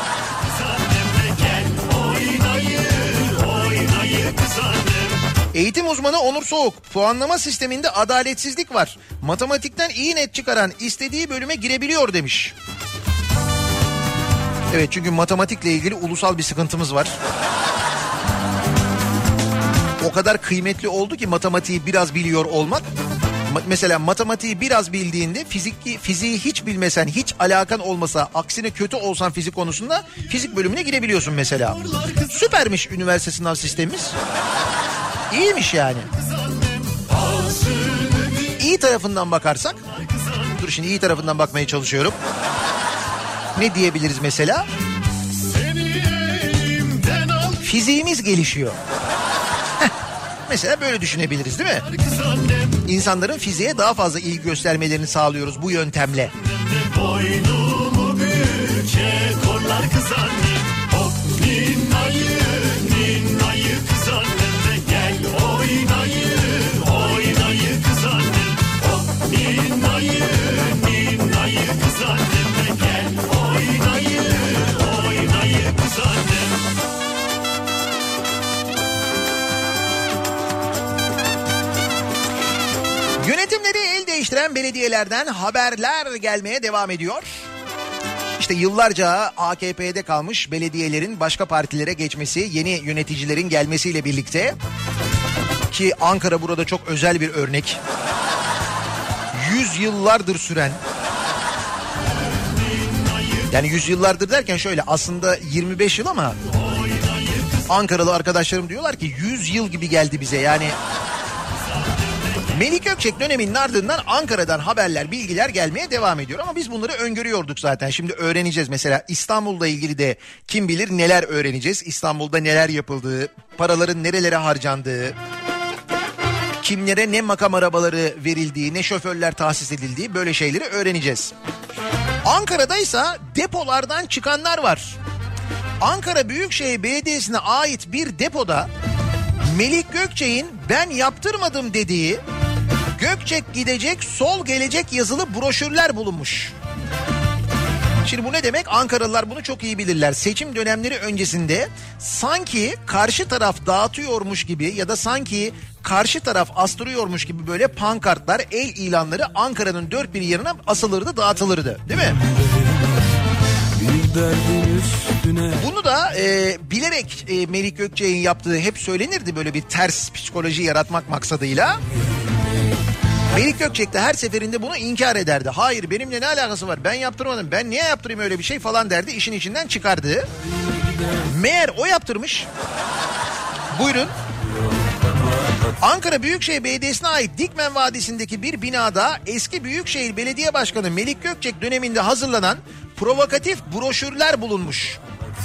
A: Eğitim uzmanı Onur Soğuk, puanlama sisteminde adaletsizlik var. Matematikten iyi net çıkaran istediği bölüme girebiliyor demiş. Evet, çünkü matematikle ilgili ulusal bir sıkıntımız var. O kadar kıymetli oldu ki matematiği biraz biliyor olmak. Mesela matematiği biraz bildiğinde fiziki, fiziği hiç bilmesen, hiç alakan olmasa, aksine kötü olsan fizik konusunda fizik bölümüne girebiliyorsun mesela. Süpermiş üniversite sınav sistemimiz. İyiymiş yani. İyi tarafından bakarsak, dur şimdi iyi tarafından bakmaya çalışıyorum. Ne diyebiliriz mesela? Fiziğimiz gelişiyor. Mesela böyle düşünebiliriz değil mi? İnsanların fiziğe daha fazla ilgi göstermelerini sağlıyoruz bu yöntemle. Boynumu büke korlar kız annem. Hop ninnayı ninnayı kız annem. Gel oynayı oynayı kız annem. Hop ninnayı ninnayı kız annem. Gel oynayı oynayı kız annem. Yönetimleri el değiştiren belediyelerden haberler gelmeye devam ediyor. İşte yıllarca A K P'de kalmış belediyelerin başka partilere geçmesi, yeni yöneticilerin gelmesiyle birlikte, ki Ankara burada çok özel bir örnek. Yüz yıllardır süren, yani yüz yıllardır derken şöyle aslında yirmi beş yıl ama Ankaralı arkadaşlarım diyorlar ki yüz yıl gibi geldi bize yani. Melik Gökçek döneminin ardından Ankara'dan haberler, bilgiler gelmeye devam ediyor. Ama biz bunları öngörüyorduk zaten. Şimdi öğreneceğiz. Mesela İstanbul'la ilgili de kim bilir neler öğreneceğiz. İstanbul'da neler yapıldığı, paraların nerelere harcandığı, kimlere ne makam arabaları verildiği, ne şoförler tahsis edildiği, böyle şeyleri öğreneceğiz. Ankara'daysa depolardan çıkanlar var. Ankara Büyükşehir Belediyesi'ne ait bir depoda Melik Gökçek'in ben yaptırmadım dediği Gökçek gidecek, sol gelecek yazılı broşürler bulunmuş. Şimdi bu ne demek? Ankaralılar bunu çok iyi bilirler. Seçim dönemleri öncesinde sanki karşı taraf dağıtıyormuş gibi ya da sanki karşı taraf astırıyormuş gibi böyle pankartlar, el ilanları Ankara'nın dört bir yanına asılırdı, dağıtılırdı. Değil mi? Bunu da e, bilerek e, Melik Gökçek'in yaptığı hep söylenirdi, böyle bir ters psikoloji yaratmak maksadıyla. Melik Gökçek de her seferinde bunu inkar ederdi. Hayır, benimle ne alakası var, ben yaptırmadım, ben niye yaptırayım öyle bir şey falan derdi, işin içinden çıkardı. Meğer o yaptırmış. Buyurun. Ankara Büyükşehir Belediyesi'ne ait Dikmen Vadisi'ndeki bir binada eski Büyükşehir Belediye Başkanı Melik Gökçek döneminde hazırlanan provokatif broşürler bulunmuş.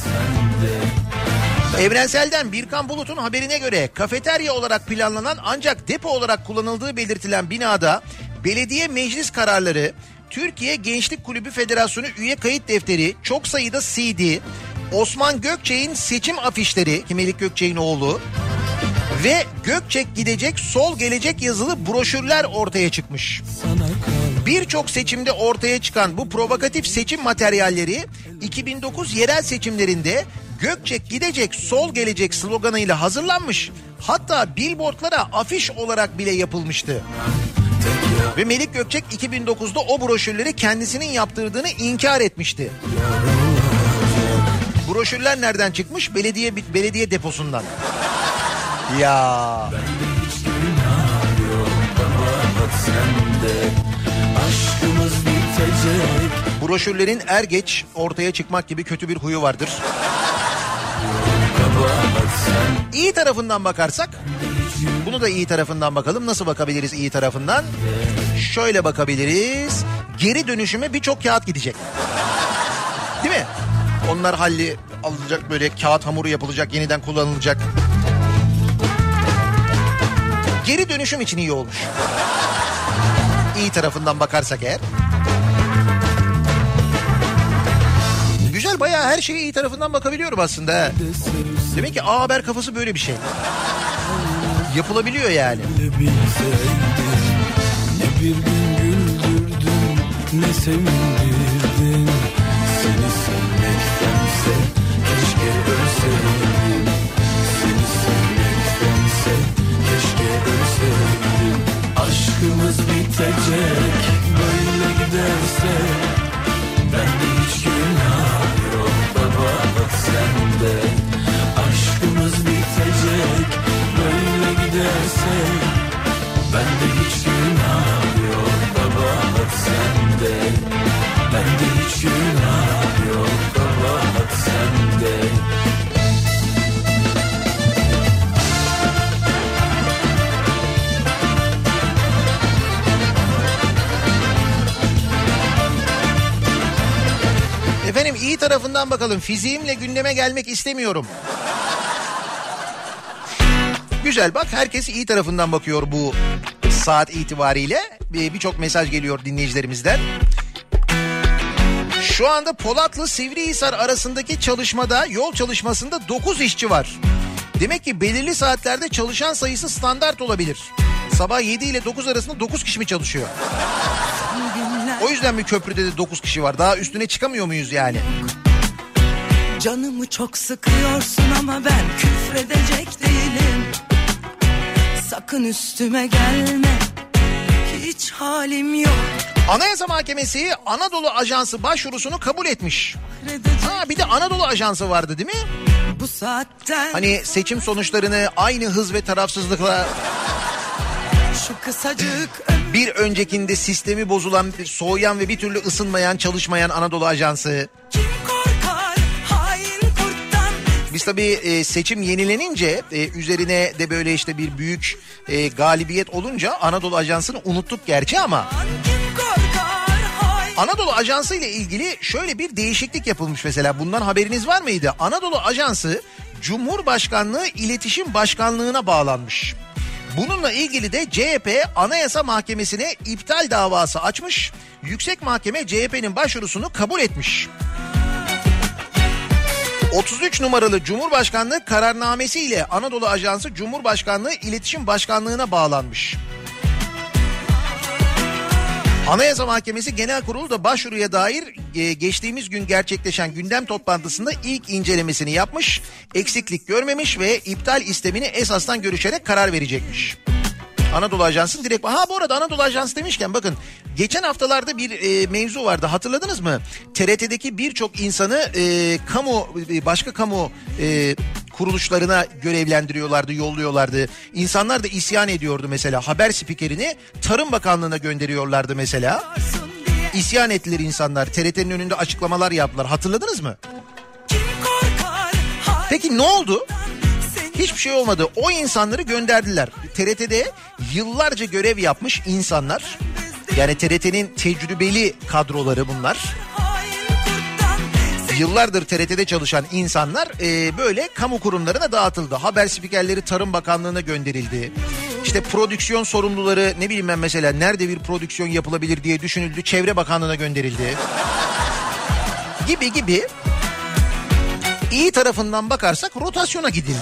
A: Evrensel'den Birkan Bulut'un haberine göre kafeterya olarak planlanan ancak depo olarak kullanıldığı belirtilen binada belediye meclis kararları, Türkiye Gençlik Kulübü Federasyonu üye kayıt defteri, çok sayıda C D, Osman Gökçek'in seçim afişleri, ki Melik Gökçek'in oğlu, ve Gökçek gidecek, sol gelecek yazılı broşürler ortaya çıkmış. Birçok seçimde ortaya çıkan bu provokatif seçim materyalleri iki bin dokuz yerel seçimlerinde Gökçek gidecek, sol gelecek sloganıyla hazırlanmış. Hatta billboardlara afiş olarak bile yapılmıştı. Ve Melik Gökçek iki bin dokuzda o broşürleri kendisinin yaptırdığını inkar etmişti. Broşürler nereden çıkmış? Belediye belediye deposundan. Ya. Broşürlerin er geç ortaya çıkmak gibi kötü bir huyu vardır. İyi tarafından bakarsak, bunu da iyi tarafından bakalım. Nasıl bakabiliriz iyi tarafından? Şöyle bakabiliriz. geri dönüşüme birçok kağıt gidecek. Değil mi? Onlar halli alınacak, böyle kağıt hamuru yapılacak, yeniden kullanılacak. Geri dönüşüm için iyi olmuş. İyi tarafından bakarsak eğer. Güzel, bayağı her şeye iyi tarafından bakabiliyorum aslında. Demek ki A Haber kafası böyle bir şey. Yapılabiliyor yani.
B: Ne bir gün güldürdün, ne sevindirdin. Seni sevmektense keşke ölseydim. Seni sevmektense keşke ölseydim. Aşkımız bitecek, böyle giderse bende hiç günah yok baba, bak sende. Aşkımız bitecek, böyle giderse bende hiç günah yok baba, bak sende. Bende hiç günah yok baba, bak sende.
A: Efendim iyi tarafından bakalım. Fiziğimle gündeme gelmek istemiyorum. Güzel, bak herkes iyi tarafından bakıyor bu saat itibariyle. Birçok mesaj geliyor dinleyicilerimizden. Şu anda Polatlı Sivrihisar arasındaki çalışmada, yol çalışmasında dokuz işçi var. Demek ki belirli saatlerde çalışan sayısı standart olabilir. Sabah yedi ile dokuz arasında dokuz kişi mi çalışıyor? O yüzden mi köprüde de dokuz kişi var? Daha üstüne çıkamıyor muyuz yani?
H: Canımı çok sıkıyorsun ama ben küfredecek değilim. Sakın üstüme gelme, hiç halim yok.
A: Anayasa Mahkemesi Anadolu Ajansı başvurusunu kabul etmiş. Ha, bir de Anadolu Ajansı vardı değil mi?
H: Bu saatten
A: hani seçim sonuçlarını aynı hız ve tarafsızlıkla,
H: şu kısacık
A: bir öncekinde sistemi bozulan, soğuyan ve bir türlü ısınmayan, çalışmayan Anadolu Ajansı.
H: kim korkar hain kurttan?
A: Biz tabii e, seçim yenilenince e, üzerine de böyle işte bir büyük e, galibiyet olunca Anadolu Ajansı'nı unuttuk gerçi ama
H: Kim korkar hain?
A: Anadolu Ajansı ile ilgili şöyle bir değişiklik yapılmış mesela. Bundan haberiniz var mıydı? Anadolu Ajansı Cumhurbaşkanlığı İletişim Başkanlığı'na bağlanmış. Bununla ilgili de C H P Anayasa Mahkemesi'ne iptal davası açmış. Yüksek Mahkeme C H P'nin başvurusunu kabul etmiş. otuz üç numaralı Cumhurbaşkanlığı kararnamesiyle Anadolu Ajansı Cumhurbaşkanlığı İletişim Başkanlığı'na bağlanmış. Anayasa Mahkemesi Genel Kurulu da başvuruya dair e, geçtiğimiz gün gerçekleşen gündem toplantısında ilk incelemesini yapmış, eksiklik görmemiş ve iptal istemini esastan görüşerek karar verecekmiş. Anadolu Ajansı'nın direkt... Ha bu arada Anadolu Ajansı demişken bakın, geçen haftalarda bir e, mevzu vardı, hatırladınız mı? T R T'deki birçok insanı e, kamu başka kamu e, kuruluşlarına görevlendiriyorlardı, yolluyorlardı. İnsanlar da isyan ediyordu mesela. Haber spikerini Tarım Bakanlığı'na gönderiyorlardı mesela. İsyan ettiler insanlar. T R T'nin önünde açıklamalar yaptılar. Hatırladınız mı? Peki ne oldu? Hiçbir şey olmadı. O insanları gönderdiler. T R T'de yıllarca görev yapmış insanlar. Yani T R T'nin tecrübeli kadroları bunlar. Yıllardır T R T'de çalışan insanlar e, böyle kamu kurumlarına dağıtıldı. Haber spikerleri Tarım Bakanlığı'na gönderildi. İşte prodüksiyon sorumluları, ne bileyim ben mesela, nerede bir prodüksiyon yapılabilir diye düşünüldü. Çevre Bakanlığı'na gönderildi. Gibi gibi. İyi tarafından bakarsak rotasyona gidildi.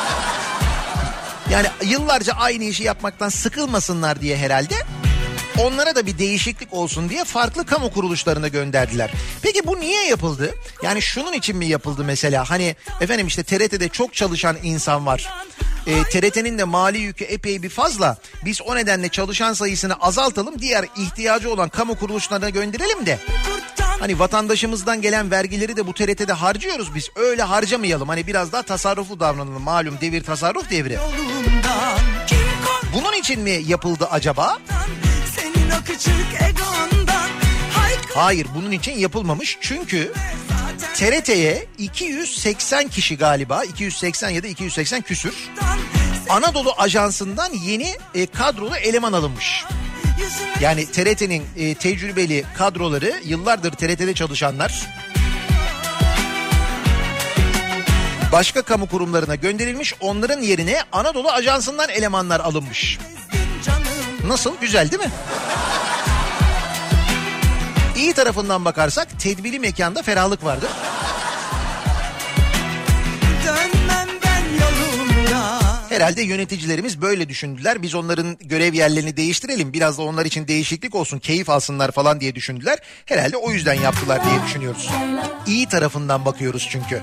A: Yani yıllarca aynı işi yapmaktan sıkılmasınlar diye herhalde onlara da bir değişiklik olsun diye farklı kamu kuruluşlarına gönderdiler. Peki bu niye yapıldı? Yani şunun için mi yapıldı mesela? Hani efendim işte T R T'de çok çalışan insan var. E, T R T'nin de mali yükü epey bir fazla. Biz o nedenle çalışan sayısını azaltalım, diğer ihtiyacı olan kamu kuruluşlarına gönderelim de hani vatandaşımızdan gelen vergileri de bu T R T'de harcıyoruz biz. Öyle harcamayalım. Hani biraz daha tasarruflu davranalım. Malum devir tasarruf devri. Bunun için mi yapıldı acaba? Hayır, bunun için yapılmamış. Çünkü T R T'ye iki yüz seksen kişi galiba, iki yüz seksen ya da iki yüz seksen küsür Anadolu Ajansı'ndan yeni e, kadrolu eleman alınmış. Yani T R T'nin e, tecrübeli kadroları, yıllardır T R T'de çalışanlar başka kamu kurumlarına gönderilmiş, onların yerine Anadolu Ajansı'ndan elemanlar alınmış. Nasıl? Güzel değil mi? İyi tarafından bakarsak tedbirli mekanda ferahlık vardır. Herhalde yöneticilerimiz böyle düşündüler. Biz onların görev yerlerini değiştirelim. Biraz da onlar için değişiklik olsun, keyif alsınlar falan diye düşündüler. Herhalde o yüzden yaptılar diye düşünüyoruz. İyi tarafından bakıyoruz çünkü.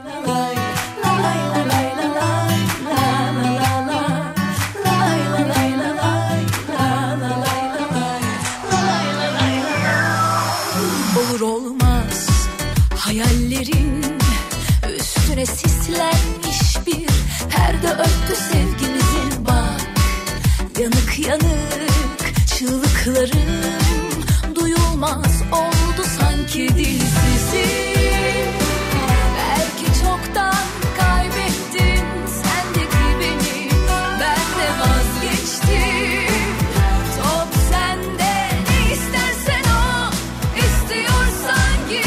H: Olur olmaz hayallerin üstüne sislenmiş bir perde örttü sevgimizin, bak yanık yanık çığlıklarım duyulmaz oldu sanki dilsizim. Belki çoktan kaybettin sendeki beni, ben de vazgeçtim. Top sende, ne istersen o, istiyorsan git.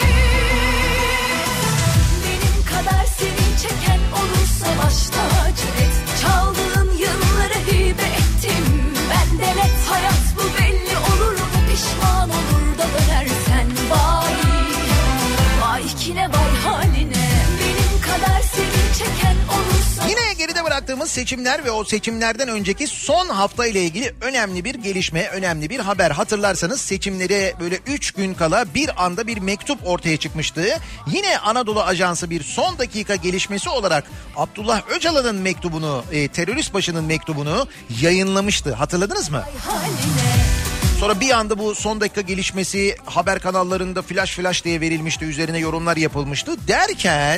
H: Benim kadar seni çeken olursa baş tacı et. Çaldığın yılları hibe ettim ben de net. Hayat bu belli olur mu, pişman olur da dönersen vay. Vay kine vay haline, benim kadar seni çeken olursa.
A: Yine geride bıraktığımız seçimler ve o seçimlerden önceki son hafta ile ilgili önemli bir gelişme, önemli bir haber. Hatırlarsanız seçimlere böyle üç gün kala bir anda bir mektup ortaya çıkmıştı. Yine Anadolu Ajansı bir son dakika gelişmesi olarak Abdullah Öcalan'ın mektubunu, e, terörist başının mektubunu yayınlamıştı. Hatırladınız mı? Sonra bir anda bu son dakika gelişmesi haber kanallarında flash flash diye verilmişti. Üzerine yorumlar yapılmıştı. Derken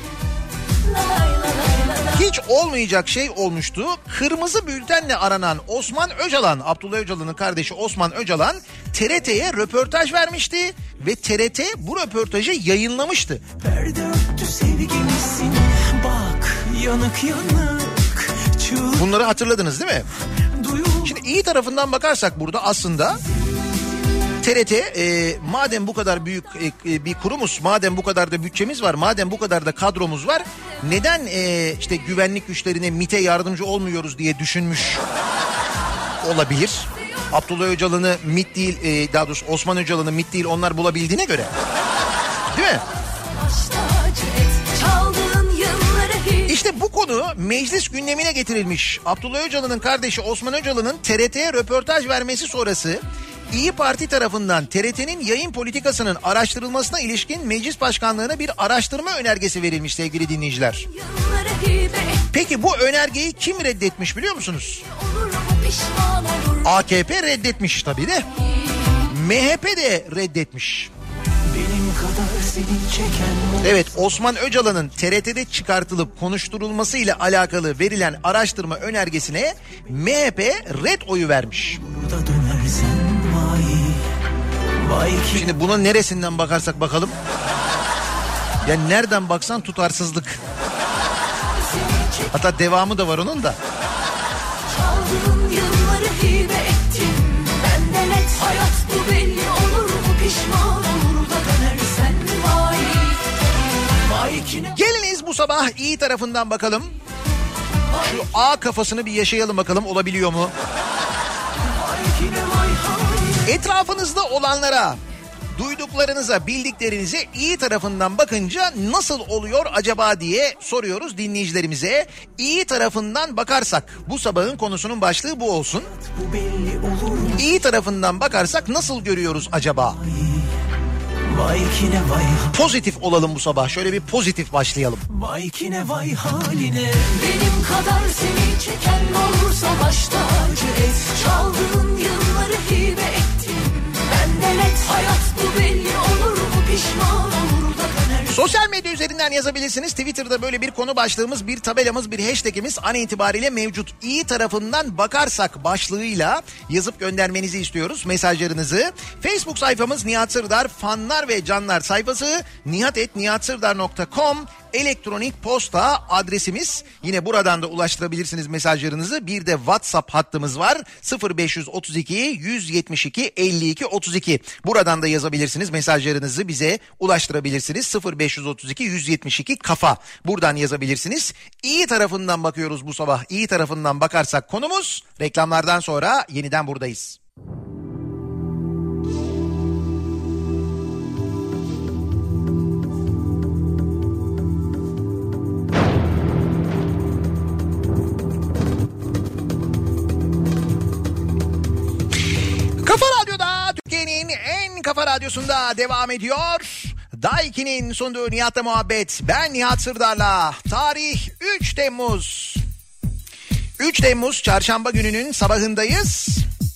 A: hiç olmayacak şey olmuştu. Kırmızı bültenle aranan Osman Öcalan, Abdullah Öcalan'ın kardeşi Osman Öcalan T R T'ye röportaj vermişti ve T R T bu röportajı yayınlamıştı.
H: Perde örttü sevgimizin, bak yanık yanık çığlık.
A: Bunları hatırladınız değil mi?
H: Duyul.
A: Şimdi iyi tarafından bakarsak burada aslında T R T e, madem bu kadar büyük e, bir kurumuz, madem bu kadar da bütçemiz var, madem bu kadar da kadromuz var, neden e, işte güvenlik güçlerine, MİT'e yardımcı olmuyoruz diye düşünmüş olabilir. Abdullah Öcalan'ı MİT değil, e, daha doğrusu Osman Öcalan'ı MİT değil onlar bulabildiğine göre. Değil mi? İşte bu konu meclis gündemine getirilmiş. Abdullah Öcalan'ın kardeşi Osman Öcalan'ın T R T'ye röportaj vermesi sonrası İyi Parti tarafından T R T'nin yayın politikasının araştırılmasına ilişkin meclis başkanlığına bir araştırma önergesi verilmiş sevgili dinleyiciler. Peki bu önergeyi kim reddetmiş biliyor musunuz? A K P reddetmiş tabii de. M H P de reddetmiş. Evet, Osman Öcalan'ın T R T'de çıkartılıp konuşturulması ile alakalı verilen araştırma önergesine M H P red oyu vermiş. Şimdi buna neresinden bakarsak bakalım. Yani nereden baksan tutarsızlık. Hatta devamı da var onun da.
H: Çaldığın yılları hibe ettim ben de net. Hayat bu belli olur mu, pişman olur da dönersen vay. Vay kine.
A: Geliniz bu sabah iyi tarafından bakalım. Şu A kafasını bir yaşayalım bakalım, olabiliyor mu? Etrafınızda olanlara, duyduklarınıza, bildiklerinize iyi tarafından bakınca nasıl oluyor acaba diye soruyoruz dinleyicilerimize. İyi tarafından bakarsak, bu sabahın konusunun başlığı bu olsun. İyi tarafından bakarsak nasıl görüyoruz acaba?
H: Vay kine vay.
A: Pozitif olalım bu sabah. Şöyle bir pozitif başlayalım.
H: Vay kine vay haline. Benim kadar seni çeken olursa baş tacı et. Çaldığın yılları hibe ettim ben de net. Hayat bu belli olur mu, pişman olur da döner.
A: Sosyal medya üzerinden yazabilirsiniz. Twitter'da böyle bir konu başlığımız, bir tabelamız, bir hashtagimiz an itibariyle mevcut. İyi tarafından bakarsak başlığıyla yazıp göndermenizi istiyoruz mesajlarınızı. Facebook sayfamız Nihat Sırdar fanlar ve canlar sayfası, nihat et nihat sırdar nokta com. elektronik posta adresimiz. Yine buradan da ulaştırabilirsiniz mesajlarınızı. Bir de WhatsApp hattımız var. sıfır beş otuz iki yüz yetmiş iki elli iki otuz iki. Buradan da yazabilirsiniz. Mesajlarınızı bize ulaştırabilirsiniz. sıfır beş otuz iki yüz yetmiş iki kafa. Buradan yazabilirsiniz. İyi tarafından bakıyoruz bu sabah. İyi tarafından bakarsak konumuz, reklamlardan sonra yeniden buradayız. Kafa Radyo'da, Türkiye'nin en kafa radyosunda devam ediyor. Daiki'nin sunduğu Nihat'la muhabbet. Ben Nihat Sırdar'la. Tarih üç Temmuz. üç Temmuz çarşamba gününün sabahındayız.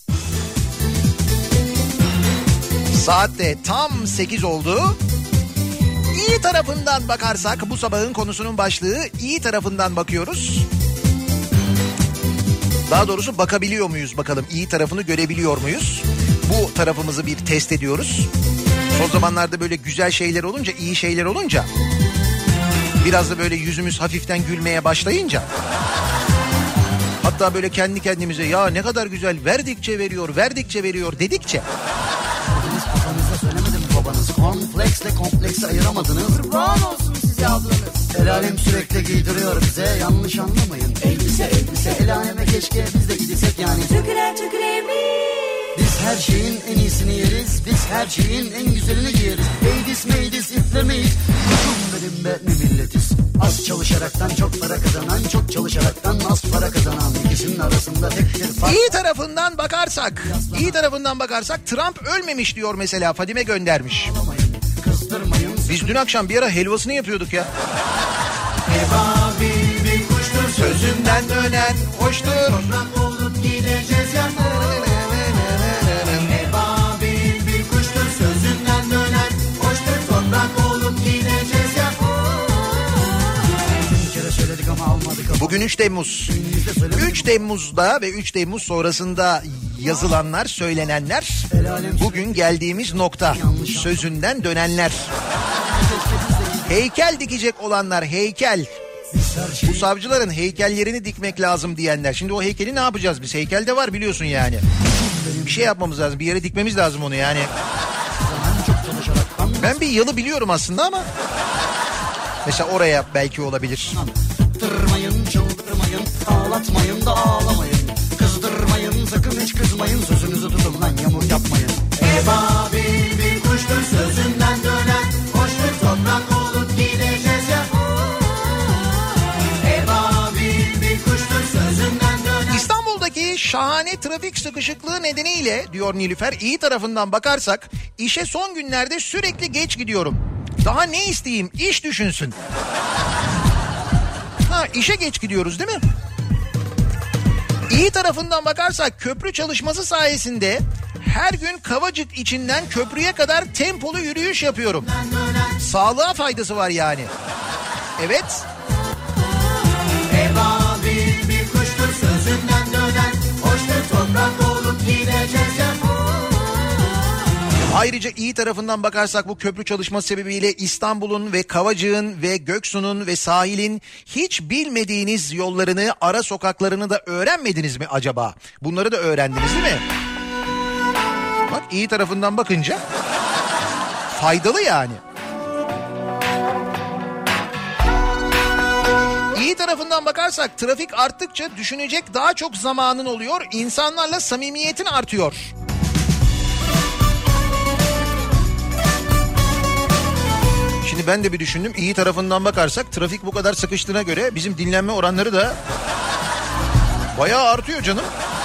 A: Saat de tam sekiz oldu. İyi tarafından bakarsak, bu sabahın konusunun başlığı iyi tarafından bakıyoruz. Daha doğrusu bakabiliyor muyuz bakalım, iyi tarafını görebiliyor muyuz? Bu tarafımızı bir test ediyoruz. Son zamanlarda böyle güzel şeyler olunca, iyi şeyler olunca, biraz da böyle yüzümüz hafiften gülmeye başlayınca, hatta böyle kendi kendimize ya ne kadar güzel, verdikçe veriyor, verdikçe veriyor dedikçe.
I: Babanıza söylemedi mi babanız? Kompleksle kompleksi ayıramadınız.
J: Kurban olsun size ablanız.
I: El alem sürekli giydiriyor bize, yanlış anlamayın. Elbise elbise, el aleme keşke biz de gidesek yani.
J: Tüküren tüküren mi?
I: Biz her şeyin en iyisini yeriz, biz her şeyin en güzelini giyeriz. Ladies maidiz iflemeyiz, benim be ne milletiz. Az çalışaraktan çok para kazanan, çok çalışaraktan az para kazanan, ikisinin arasında tek bir fark.
A: İyi tarafından bakarsak, iyi tarafından bakarsak Trump ölmemiş diyor mesela, Fadime göndermiş. Biz dün akşam bir ara helvasını yapıyorduk ya.
D: Ebabil bir kuştur,
A: Sözünden dönen hoştur.
D: toprak olup gideceğiz ya. Ebabil bir kuştur, sözünden dönen hoştur, toprak olup gideceğiz ya.
I: Bir kere söyledik ama almadık.
A: Bugün üç Temmuz. üç Temmuz'da ve üç Temmuz sonrasında yazılanlar, söylenenler, bugün geldiğimiz nokta. Sözünden dönenler. Heykel dikecek olanlar, heykel. Bu savcıların heykellerini dikmek lazım diyenler. Şimdi o heykeli ne yapacağız biz? Heykel de var biliyorsun yani. Bir şey yapmamız lazım. Bir yere dikmemiz lazım onu yani. Ben bir yılı biliyorum aslında ama. Mesela oraya belki olabilir.
I: Tırmayın, çıldırmayın, ağlatmayın da ağlamayın. Kızdırmayın, sakın hiç kızmayın. Sözünüzü tutun lan, yamur yapmayın.
D: Ebabil bir kuştur, sözünden dönen hoştur, toprak olup gideceğiz ya. Ebabil bir kuştur, sözünden dönen.
A: İstanbul'daki şahane trafik sıkışıklığı nedeniyle diyor Nilüfer, iyi tarafından bakarsak işe son günlerde sürekli geç gidiyorum. Daha ne isteyeyim, iş düşünsün. Ha, işe geç gidiyoruz değil mi? İyi tarafından bakarsak köprü çalışması sayesinde her gün Kavacık içinden köprüye kadar tempolu yürüyüş yapıyorum. Sağlığa faydası var yani. Evet.
D: Ebabil bir kuştur, sözünden dönen hoştur, toprak olup gideceğiz ya.
A: Ayrıca iyi tarafından bakarsak bu köprü çalışması sebebiyle İstanbul'un ve Kavacık'ın ve Göksu'nun ve sahilin hiç bilmediğiniz yollarını, ara sokaklarını da öğrenmediniz mi acaba? Bunları da öğrendiniz değil mi? Bak, iyi tarafından bakınca faydalı yani. İyi tarafından bakarsak trafik arttıkça düşünecek daha çok zamanın oluyor, insanlarla samimiyetin artıyor. Şimdi ben de bir düşündüm. İyi tarafından bakarsak trafik bu kadar sıkıştığına göre bizim dinlenme oranları da bayağı artıyor canım.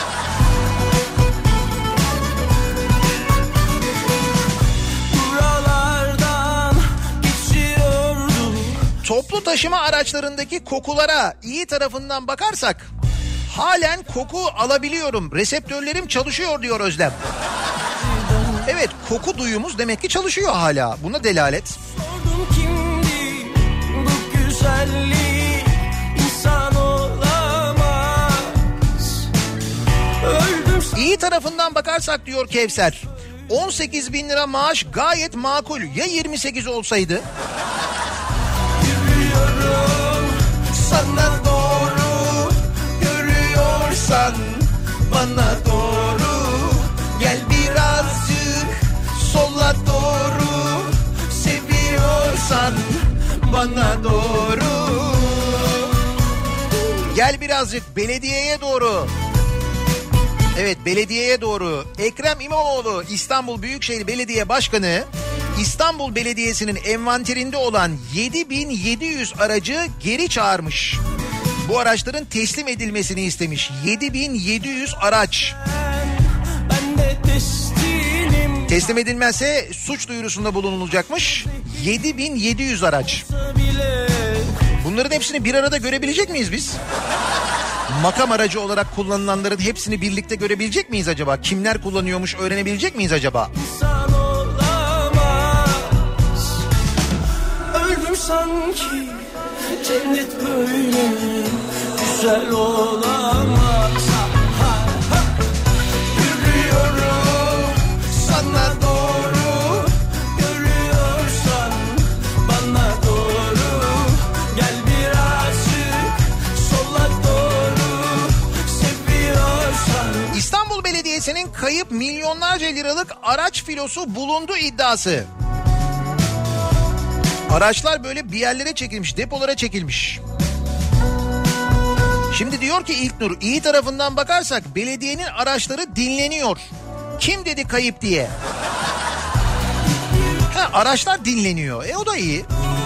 A: Toplu taşıma araçlarındaki kokulara iyi tarafından bakarsak halen koku alabiliyorum. Reseptörlerim çalışıyor diyor Özlem. Evet, koku duyumuz demek ki çalışıyor hala. Buna delalet.
C: Sordum kimdi bu güzellik, insan olamaz. Öldüm.
A: İyi tarafından bakarsak diyor Kevser, on sekiz bin lira maaş gayet makul. Ya yirmi sekiz olsaydı? bana doğru. Gel birazcık belediyeye doğru. Evet, belediyeye doğru. Ekrem İmamoğlu İstanbul Büyükşehir Belediye Başkanı İstanbul Belediyesi'nin envanterinde olan yedi bin yedi yüz aracı geri çağırmış. Bu araçların teslim edilmesini istemiş. yedi bin yedi yüz araç. Teslim edilmezse suç duyurusunda bulunulacakmış. yedi bin yedi yüz araç. Bunların hepsini bir arada görebilecek miyiz biz? Makam aracı olarak kullanılanların hepsini birlikte görebilecek miyiz acaba? Kimler kullanıyormuş öğrenebilecek miyiz acaba?
B: Öldüm sanki cennet böyle güzel olamaz. Yürüyorum sana doğru, görüyorsan bana doğru. Gel birazcık sola doğru, seviyorsan.
A: İstanbul Belediyesi'nin kayıp milyonlarca liralık araç filosu bulundu iddiası. Araçlar böyle bir yerlere çekilmiş, depolara çekilmiş. Şimdi diyor ki İlknur, iyi tarafından bakarsak belediyenin araçları dinleniyor. Kim dedi kayıp diye? Ha, araçlar dinleniyor. E o da iyi.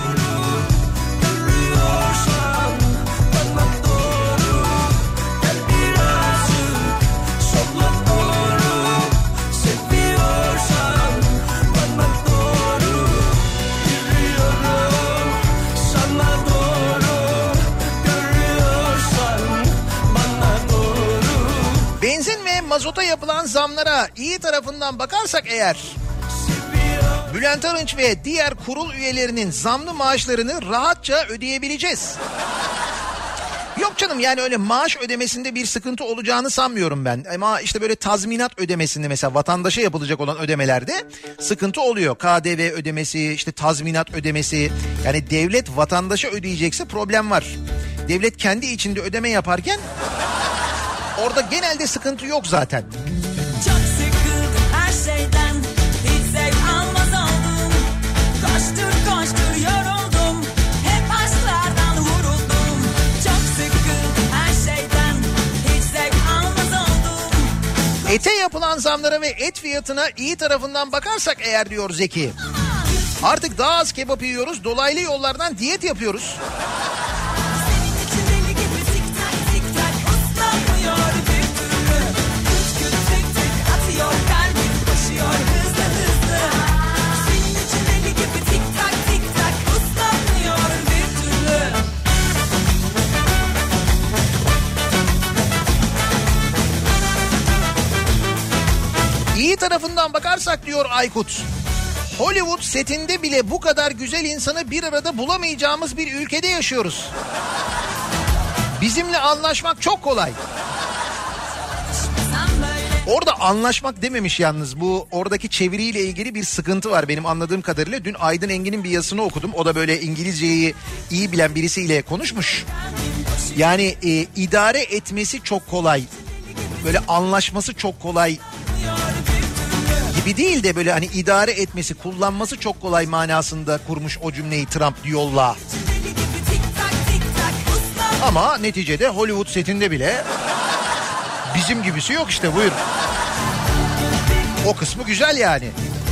A: Benzin ve mazota yapılan zamlara iyi tarafından bakarsak eğer, Bülent Arınç ve diğer kurul üyelerinin zamlı maaşlarını rahatça ödeyebileceğiz. Yok canım, yani öyle maaş ödemesinde bir sıkıntı olacağını sanmıyorum ben. Ama işte böyle tazminat ödemesinde, mesela vatandaşa yapılacak olan ödemelerde sıkıntı oluyor. K D V ödemesi, işte tazminat ödemesi, yani devlet vatandaşa ödeyecekse problem var. Devlet kendi içinde ödeme yaparken orada genelde sıkıntı yok zaten.
K: Çok sıkıldım her şeyden, hiç zevk almaz oldum. Koştur koştur yoruldum, hep aşklardan vuruldum. Çok sıkıldım her şeyden, hiç zevk almaz oldum.
A: Ete yapılan zamlara ve et fiyatına iyi tarafından bakarsak eğer diyor Zeki, artık daha az kebap yiyoruz, dolaylı yollardan diyet yapıyoruz. İyi tarafından bakarsak diyor Aykut, Hollywood setinde bile bu kadar güzel insanı bir arada bulamayacağımız bir ülkede yaşıyoruz. Bizimle anlaşmak çok kolay. Orada anlaşmak dememiş yalnız, bu oradaki çeviriyle ilgili bir sıkıntı var benim anladığım kadarıyla. Dün Aydın Engin'in bir yazısını okudum. O da böyle İngilizceyi iyi bilen birisiyle konuşmuş. Yani e, idare etmesi çok kolay. Böyle anlaşması çok kolay gibi değil de böyle hani idare etmesi, kullanması çok kolay manasında kurmuş o cümleyi Trump diyorlar. Ama neticede Hollywood setinde bile bizim gibisi yok işte, buyur. O kısmı güzel yani.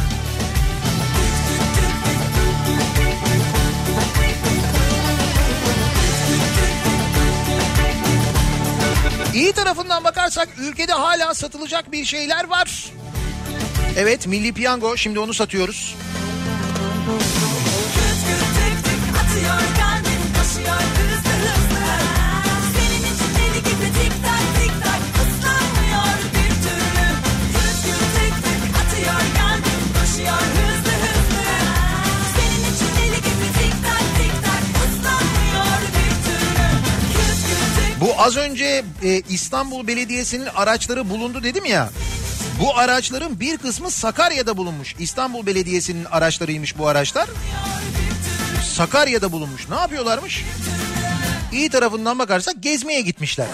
A: İyi tarafından bakarsak ülkede hala satılacak bir şeyler var. Evet, Milli Piyango, şimdi onu satıyoruz. Bu az önce e, İstanbul Belediyesi'nin araçları bulundu dedim ya. Bu araçların bir kısmı Sakarya'da bulunmuş. İstanbul Belediyesi'nin araçlarıymış bu araçlar. Sakarya'da bulunmuş. Ne yapıyorlarmış? İyi tarafından bakarsak gezmeye gitmişler.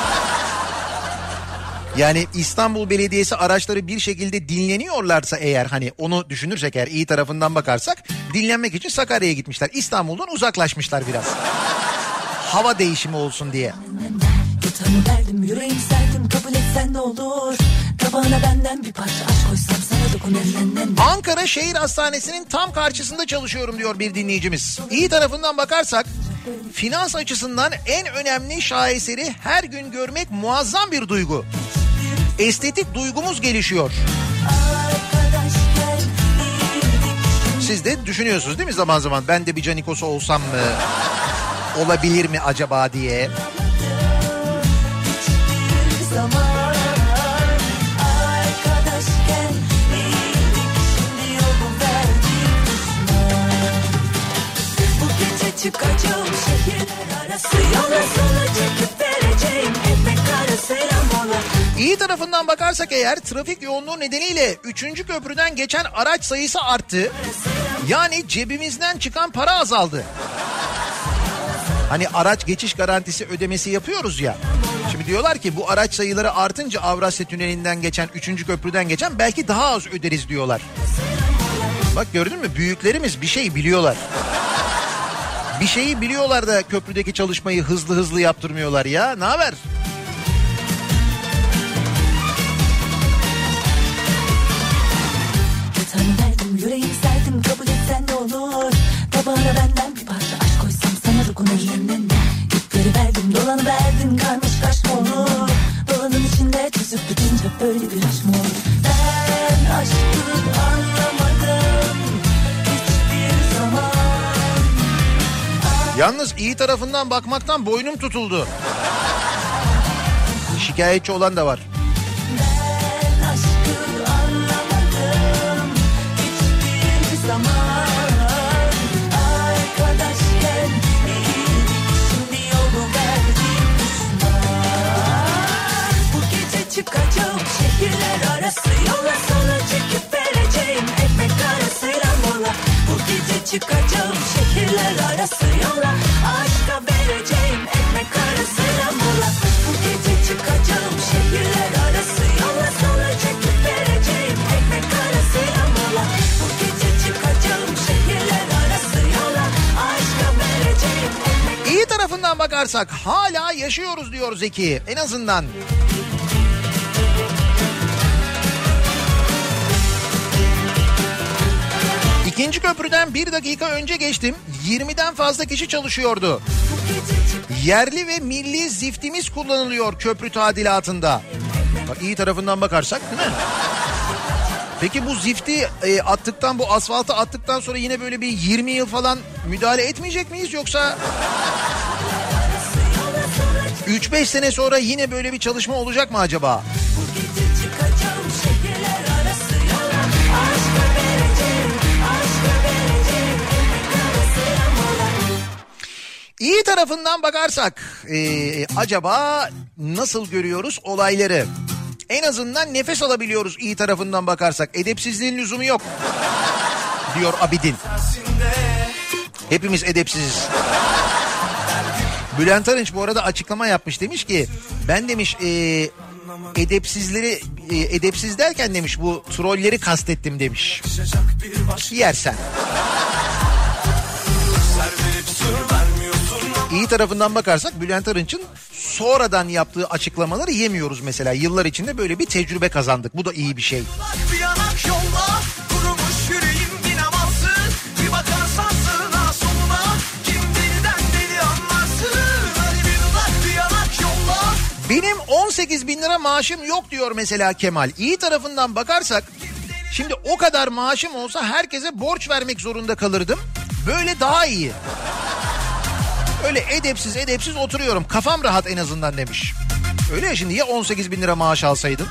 A: Yani İstanbul Belediyesi araçları bir şekilde dinleniyorlarsa eğer, hani onu düşünürsek eğer, iyi tarafından bakarsak dinlenmek için Sakarya'ya gitmişler. İstanbul'dan uzaklaşmışlar biraz. Hava değişimi olsun diye.
K: Yatamı verdim, yüreğim serdim, kabul etsen ne olur. Tabağına benden bir parça aşk koysam sana dokun ellerinden.
A: Ankara Şehir Hastanesi'nin tam karşısında çalışıyorum diyor bir dinleyicimiz. İyi tarafından bakarsak finans açısından en önemli şaheseri her gün görmek muazzam bir duygu. Estetik duygumuz gelişiyor. Siz de düşünüyorsunuz değil mi zaman zaman, ben de bir Canikos olsam mı, olabilir mi acaba diye.
K: Çıkacağım şehirler arası, yola sola çekip vereceğim ekmek arası selam ola.
A: İyi tarafından bakarsak eğer trafik yoğunluğu nedeniyle üçüncü köprüden geçen araç sayısı arttı. Yani cebimizden çıkan para azaldı. Hani araç geçiş garantisi ödemesi yapıyoruz ya. Şimdi diyorlar ki bu araç sayıları artınca Avrasya Tüneli'nden geçen, üçüncü köprüden geçen belki daha az öderiz diyorlar. Bak gördün mü, büyüklerimiz bir şey biliyorlar. Bir şeyi biliyorlar da köprüdeki çalışmayı hızlı hızlı yaptırmıyorlar ya. Ne haber?
K: Yatamı verdim, yüreğim serdim, kabul etsen ne olur. Tabağına benden bir parça aşk koysam sana dokun ellerinden. İpleri verdim, dolanı verdim, karmış kaş mı olur. Dolanın içinde çözüp bitince böyle bir aşk mı olur. Ben aşkı anlamadım hiçbir zaman.
A: Yalnız iyi tarafından bakmaktan boynum tutuldu. Şikayetçi olan da var.
K: Ben aşkı anlamadım hiçbir zaman. Arkadaşken iyiydik, şimdi yolu verdik düşman. Bu gece çıkacağım şehirler arası, yola sola çekip vereceğim ekmek arasıyla mola. Bu gece çıkacağım şehirler arası, yola aşka vereceğim ekmek arasıyla mola. Bu gece çıkacağım şehirler arası, yola sola çekip vereceğim ekmek arasıyla mola. Bu gece çıkacağım şehirler arası, yola aşka vereceğim ekmek.
A: İyi tarafından bakarsak hala yaşıyoruz diyor Zeki. En azından. İkinci köprüden bir dakika önce geçtim. yirmiden fazla kişi çalışıyordu. Yerli ve milli ziftimiz kullanılıyor köprü tadilatında. Bak iyi tarafından bakarsak değil mi? Peki bu zifti e, attıktan, bu asfaltı attıktan sonra yine böyle bir yirmi yıl falan müdahale etmeyecek miyiz, yoksa üç beş sene sonra yine böyle bir çalışma olacak mı acaba? İyi tarafından bakarsak e, acaba nasıl görüyoruz olayları? En azından nefes alabiliyoruz iyi tarafından bakarsak. Edepsizliğin lüzumu yok diyor Abidin. Hepimiz edepsiziz. Bülent Arınç bu arada açıklama yapmış, demiş ki ben demiş e, edepsizleri e, edepsiz derken demiş bu trolleri kastettim demiş. Yersen. İyi tarafından bakarsak Bülent Arınç'ın sonradan yaptığı açıklamaları yemiyoruz mesela. Yıllar içinde böyle bir tecrübe kazandık. Bu da iyi bir şey.
B: Bir yanak yolla, kurumuş yüreğim dinamazsın. Bir bakarsan sağına soluna, kim dilden deli anlarsın. Hadi bir dudak bir yanak yolla.
A: Benim on sekiz bin lira maaşım yok diyor mesela Kemal. İyi tarafından bakarsak şimdi o kadar maaşım olsa herkese borç vermek zorunda kalırdım. Böyle daha iyi. Öyle edepsiz edepsiz oturuyorum. Kafam rahat en azından demiş. Öyle ya, şimdi ya on sekiz bin lira maaş alsaydın?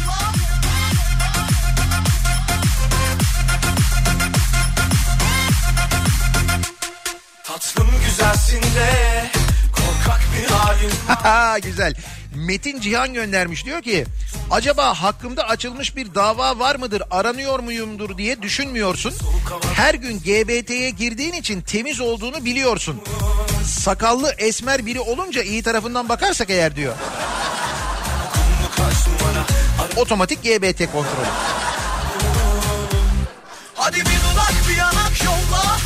B: Tatlım güzelsin de korkak bir halin.
A: Güzel. Metin Cihan göndermiş, diyor ki acaba hakkımda açılmış bir dava var mıdır, aranıyor muyumdur diye düşünmüyorsun. Her gün G B T'ye girdiğin için temiz olduğunu biliyorsun. Sakallı esmer biri olunca iyi tarafından bakarsak eğer diyor. Otomatik G B T kontrolü.
B: Hadi bir dudak bir yanak yolla,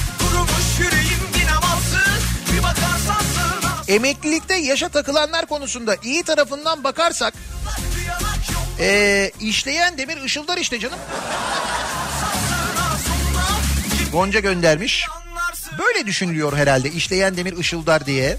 A: Emeklilikte yaşa takılanlar konusunda iyi tarafından bakarsak ee, işleyen demir ışıldar işte canım. Gonca göndermiş. Böyle düşünülüyor herhalde, işleyen demir ışıldar diye.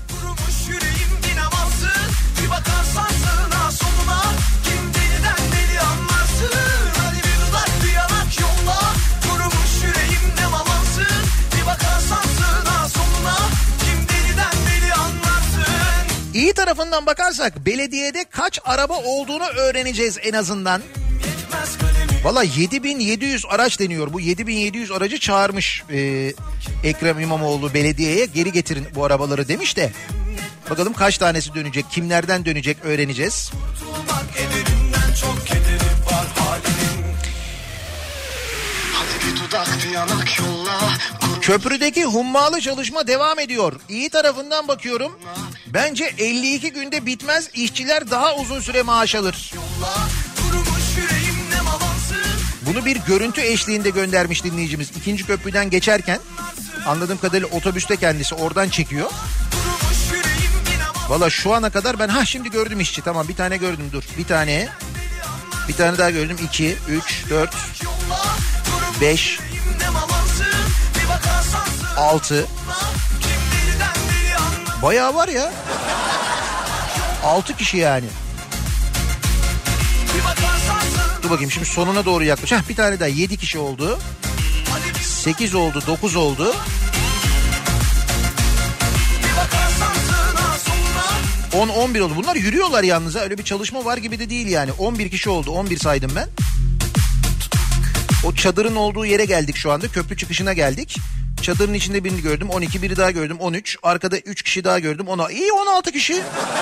A: İyi tarafından bakarsak belediyede kaç araba olduğunu öğreneceğiz en azından. Valla yedi bin yedi yüz araç deniyor. Bu yedi bin yedi yüz aracı çağırmış e, Ekrem İmamoğlu belediyeye, geri getirin bu arabaları demiş de. Bakalım kaç tanesi dönecek, kimlerden dönecek öğreneceğiz. Köprüdeki hummalı çalışma devam ediyor. İyi tarafından bakıyorum. Bence elli iki günde bitmez, işçiler daha uzun süre maaş alır. Bunu bir görüntü eşliğinde göndermiş dinleyicimiz. İkinci köprüden geçerken, anladığım kadarıyla otobüste kendisi, oradan çekiyor. Valla şu ana kadar ben ha şimdi gördüm işçi, tamam bir tane gördüm, dur bir tane. Bir tane daha gördüm, iki, üç, dört, beş, altı. Bayağı var ya. Altı kişi yani. Dur bakayım şimdi sonuna doğru yaklaş. Heh, bir tane daha, yedi kişi oldu. Sekiz oldu, dokuz oldu. On, on bir oldu. Bunlar yürüyorlar yalnız ha. Öyle bir çalışma var gibi de değil yani. on bir kişi oldu. on bir saydım ben. O çadırın olduğu yere geldik şu anda. Köprü çıkışına geldik. Çadırın içinde birini gördüm. on iki, biri daha gördüm. on üç. Arkada üç kişi daha gördüm. on, iyi on altı kişi.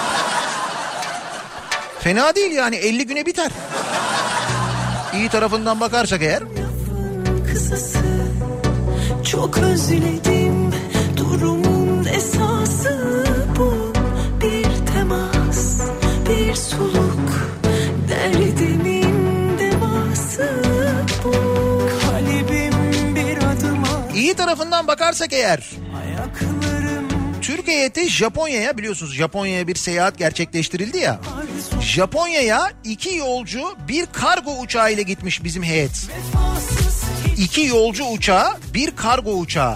A: Fena değil yani. elli güne biter. İyi tarafından bakarsak eğer.
H: Kısası, çok özledim. Durumun esası bu. Bir temas, bir soluk. Derdimin devası bu. Kalbim bir adım at.
A: İyi tarafından bakarsak eğer. Türk heyeti Japonya'ya, biliyorsunuz Japonya'ya bir seyahat gerçekleştirildi ya. Japonya'ya iki yolcu bir kargo uçağı ile gitmiş bizim heyet. İki yolcu uçağı, bir kargo uçağı.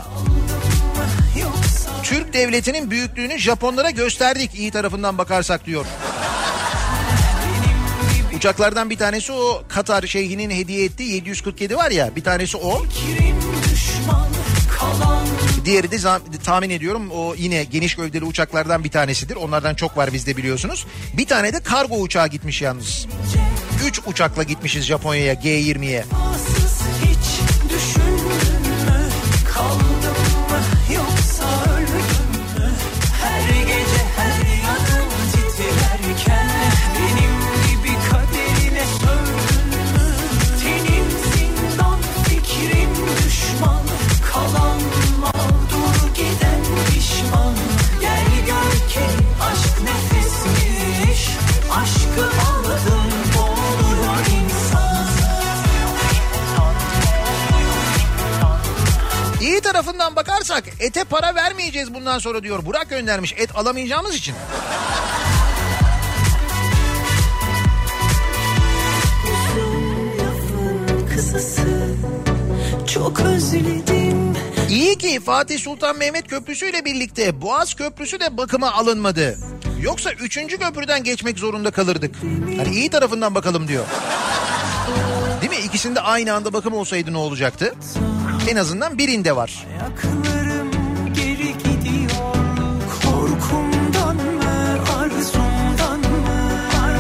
A: Türk devletinin büyüklüğünü Japonlara gösterdik iyi tarafından bakarsak diyor. Uçaklardan bir tanesi o Katar şeyhinin hediye ettiği yedi yüz kırk yedi var ya, bir tanesi o. Diğeri de tahmin ediyorum o yine geniş gövdeli uçaklardan bir tanesidir. Onlardan çok var bizde biliyorsunuz. Bir tane de kargo uçağı gitmiş yalnız. Üç uçakla gitmişiz Japonya'ya, G yirmiye. İyi tarafından bakarsak ete para vermeyeceğiz bundan sonra diyor. Burak göndermiş, et alamayacağımız için.
H: Çok özledim.
A: İyi ki Fatih Sultan Mehmet Köprüsü ile birlikte Boğaz Köprüsü de bakıma alınmadı. Yoksa üçüncü köprüden geçmek zorunda kalırdık. Hani iyi tarafından bakalım diyor. Değil mi? İkisinde aynı anda bakım olsaydı ne olacaktı? En azından birinde var.
H: Ayaklarım geri gidiyor. Korkumdan mı, arzumdan mı?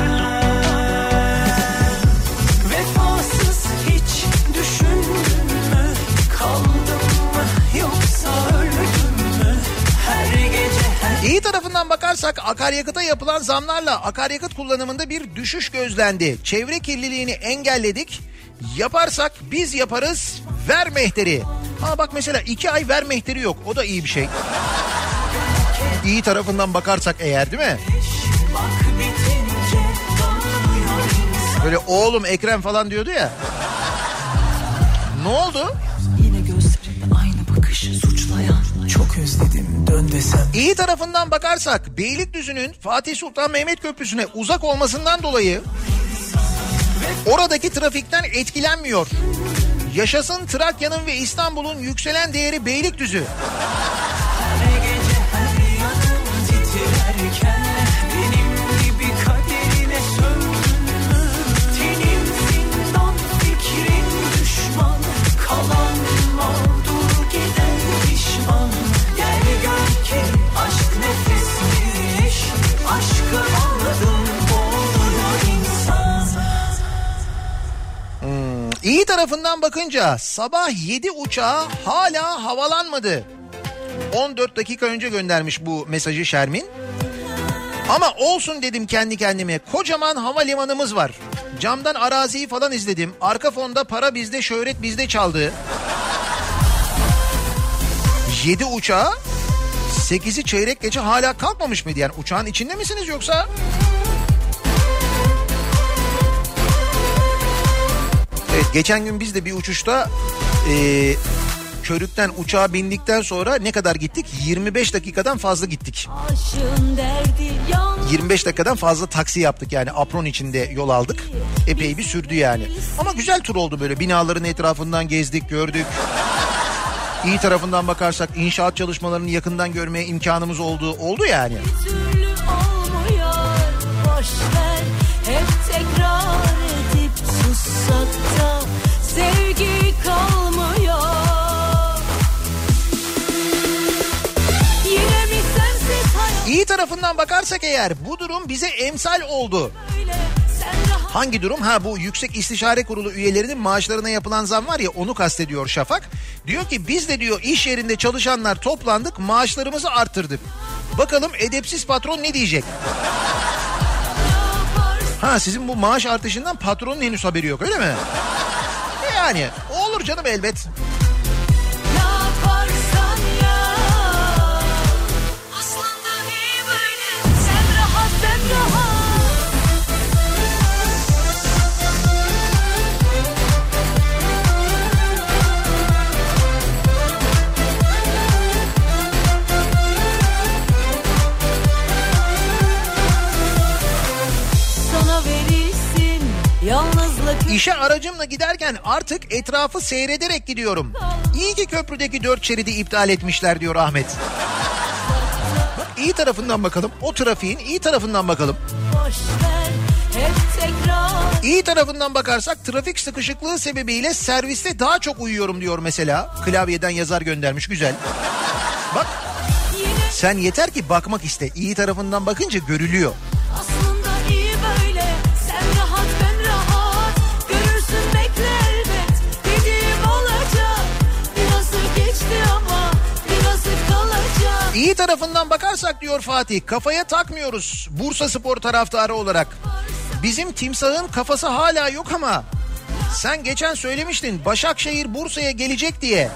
H: Vefasız hiç düşündün mü? Kaldım mı yoksa öldüm mü? Her gece her...
A: İyi tarafından bakarsak akaryakıta yapılan zamlarla akaryakıt kullanımında bir düşüş gözlendi. Çevre kirliliğini engelledik. Yaparsak biz yaparız, ver mehteri. Ha bak mesela iki ay ver mehteri yok, o da iyi bir şey. İyi tarafından bakarsak eğer, değil mi? Böyle oğlum Ekrem falan diyordu ya. Ne oldu?
H: Yine gözlerinde aynı bakış suçlayan. Çok özledim
B: dön desem.
A: İyi tarafından bakarsak Beylikdüzü'nün Fatih Sultan Mehmet Köprüsü'ne uzak olmasından dolayı oradaki trafikten etkilenmiyor. Yaşasın Trakya'nın ve İstanbul'un yükselen değeri Beylikdüzü.
B: Her gece her yanım titrerken benim gibi kaderine söndün mü? Tenim zindan fikrin düşman, kalan mağdur giden pişman. Gel gör ki aşk nefesmiş, aşkı anladım oluyor insan.
A: Hmm, iyi tarafından bakınca sabah yedi uçağı hala havalanmadı. on dört dakika önce göndermiş bu mesajı Şermin. Ama olsun dedim kendi kendime. Kocaman havalimanımız var. Camdan araziyi falan izledim. Arka fonda para bizde, şöhret bizde çaldı. yedi uçağı sekizi çeyrek geçe hala kalkmamış mıydı? Yani uçağın içinde misiniz yoksa? Evet, geçen gün biz de bir uçuşta e, Körük'ten uçağa bindikten sonra ne kadar gittik? yirmi beş dakikadan fazla gittik. yirmi beş dakikadan fazla taksi yaptık yani, apron içinde yol aldık. Epey bir sürdü yani. Ama güzel tur oldu böyle, binaların etrafından gezdik, gördük. İyi tarafından bakarsak inşaat çalışmalarını yakından görmeye imkanımız oldu. Oldu yani.
H: Bir türlü olmuyor, boş ver, hep tekrar edip sussak da sevgi kalmıyor. Yine mi sensiz hayat
A: İyi tarafından bakarsak eğer bu durum bize emsal oldu.
H: böyle, sen rahat.
A: Hangi durum? Ha, bu Yüksek İstişare Kurulu üyelerinin maaşlarına yapılan zam var ya, onu kastediyor Şafak. Diyor ki biz de diyor iş yerinde çalışanlar toplandık, maaşlarımızı arttırdık. Bakalım edepsiz patron ne diyecek? Ha, sizin bu maaş artışından patronun henüz haberi yok, öyle mi? Yani olur canım, elbet.
H: Ne yaparsan yap, aslında iyi böyle, sen rahat ben rahat. Sana verirsin yalnızlık.
A: İşe aracımla giderken artık etrafı seyrederek gidiyorum. İyi ki köprüdeki dört şeridi iptal etmişler diyor Ahmet. Bak, iyi tarafından bakalım. O trafiğin iyi tarafından bakalım.
H: Boş ver, hep tekrar.
A: İyi tarafından bakarsak trafik sıkışıklığı sebebiyle serviste daha çok uyuyorum diyor mesela. Klavyeden yazar göndermiş, güzel. Bak, sen yeter ki bakmak iste. İyi tarafından bakınca görülüyor.
H: Aslında iyi böyle, sen rahat ben rahat. Görürsün bekle elbet, dediğim olacak. Birazı geçti ama birazı kalacak.
A: İyi tarafından bakarsak diyor Fatih, kafaya takmıyoruz Bursa Spor taraftarı olarak. Bizim timsahın kafası hala yok ama sen geçen söylemiştin Başakşehir Bursa'ya gelecek diye.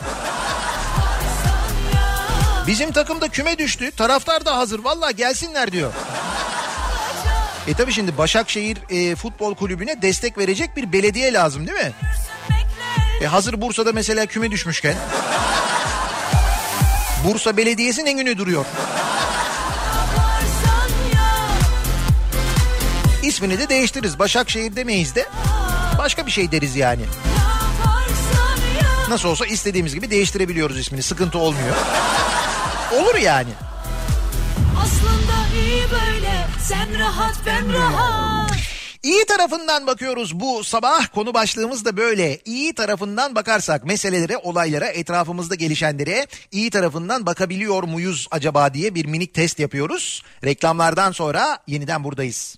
A: Bizim takım da küme düştü, taraftar da hazır, vallahi gelsinler diyor. E tabii şimdi Başakşehir e, Futbol Kulübü'ne destek verecek bir belediye lazım değil mi? E hazır Bursa'da mesela küme düşmüşken Bursa Belediyesi ne günü duruyor? İsmini de değiştiririz. Başakşehir demeyiz de başka bir şey deriz yani. Nasıl olsa istediğimiz gibi değiştirebiliyoruz ismini. Sıkıntı olmuyor. Olur yani.
H: Aslında iyi böyle, sen rahat ben rahat.
A: İyi tarafından bakıyoruz bu sabah, konu başlığımız da böyle. İyi tarafından bakarsak meselelere, olaylara, etrafımızda gelişenlere iyi tarafından bakabiliyor muyuz acaba diye bir minik test yapıyoruz. Reklamlardan sonra yeniden buradayız.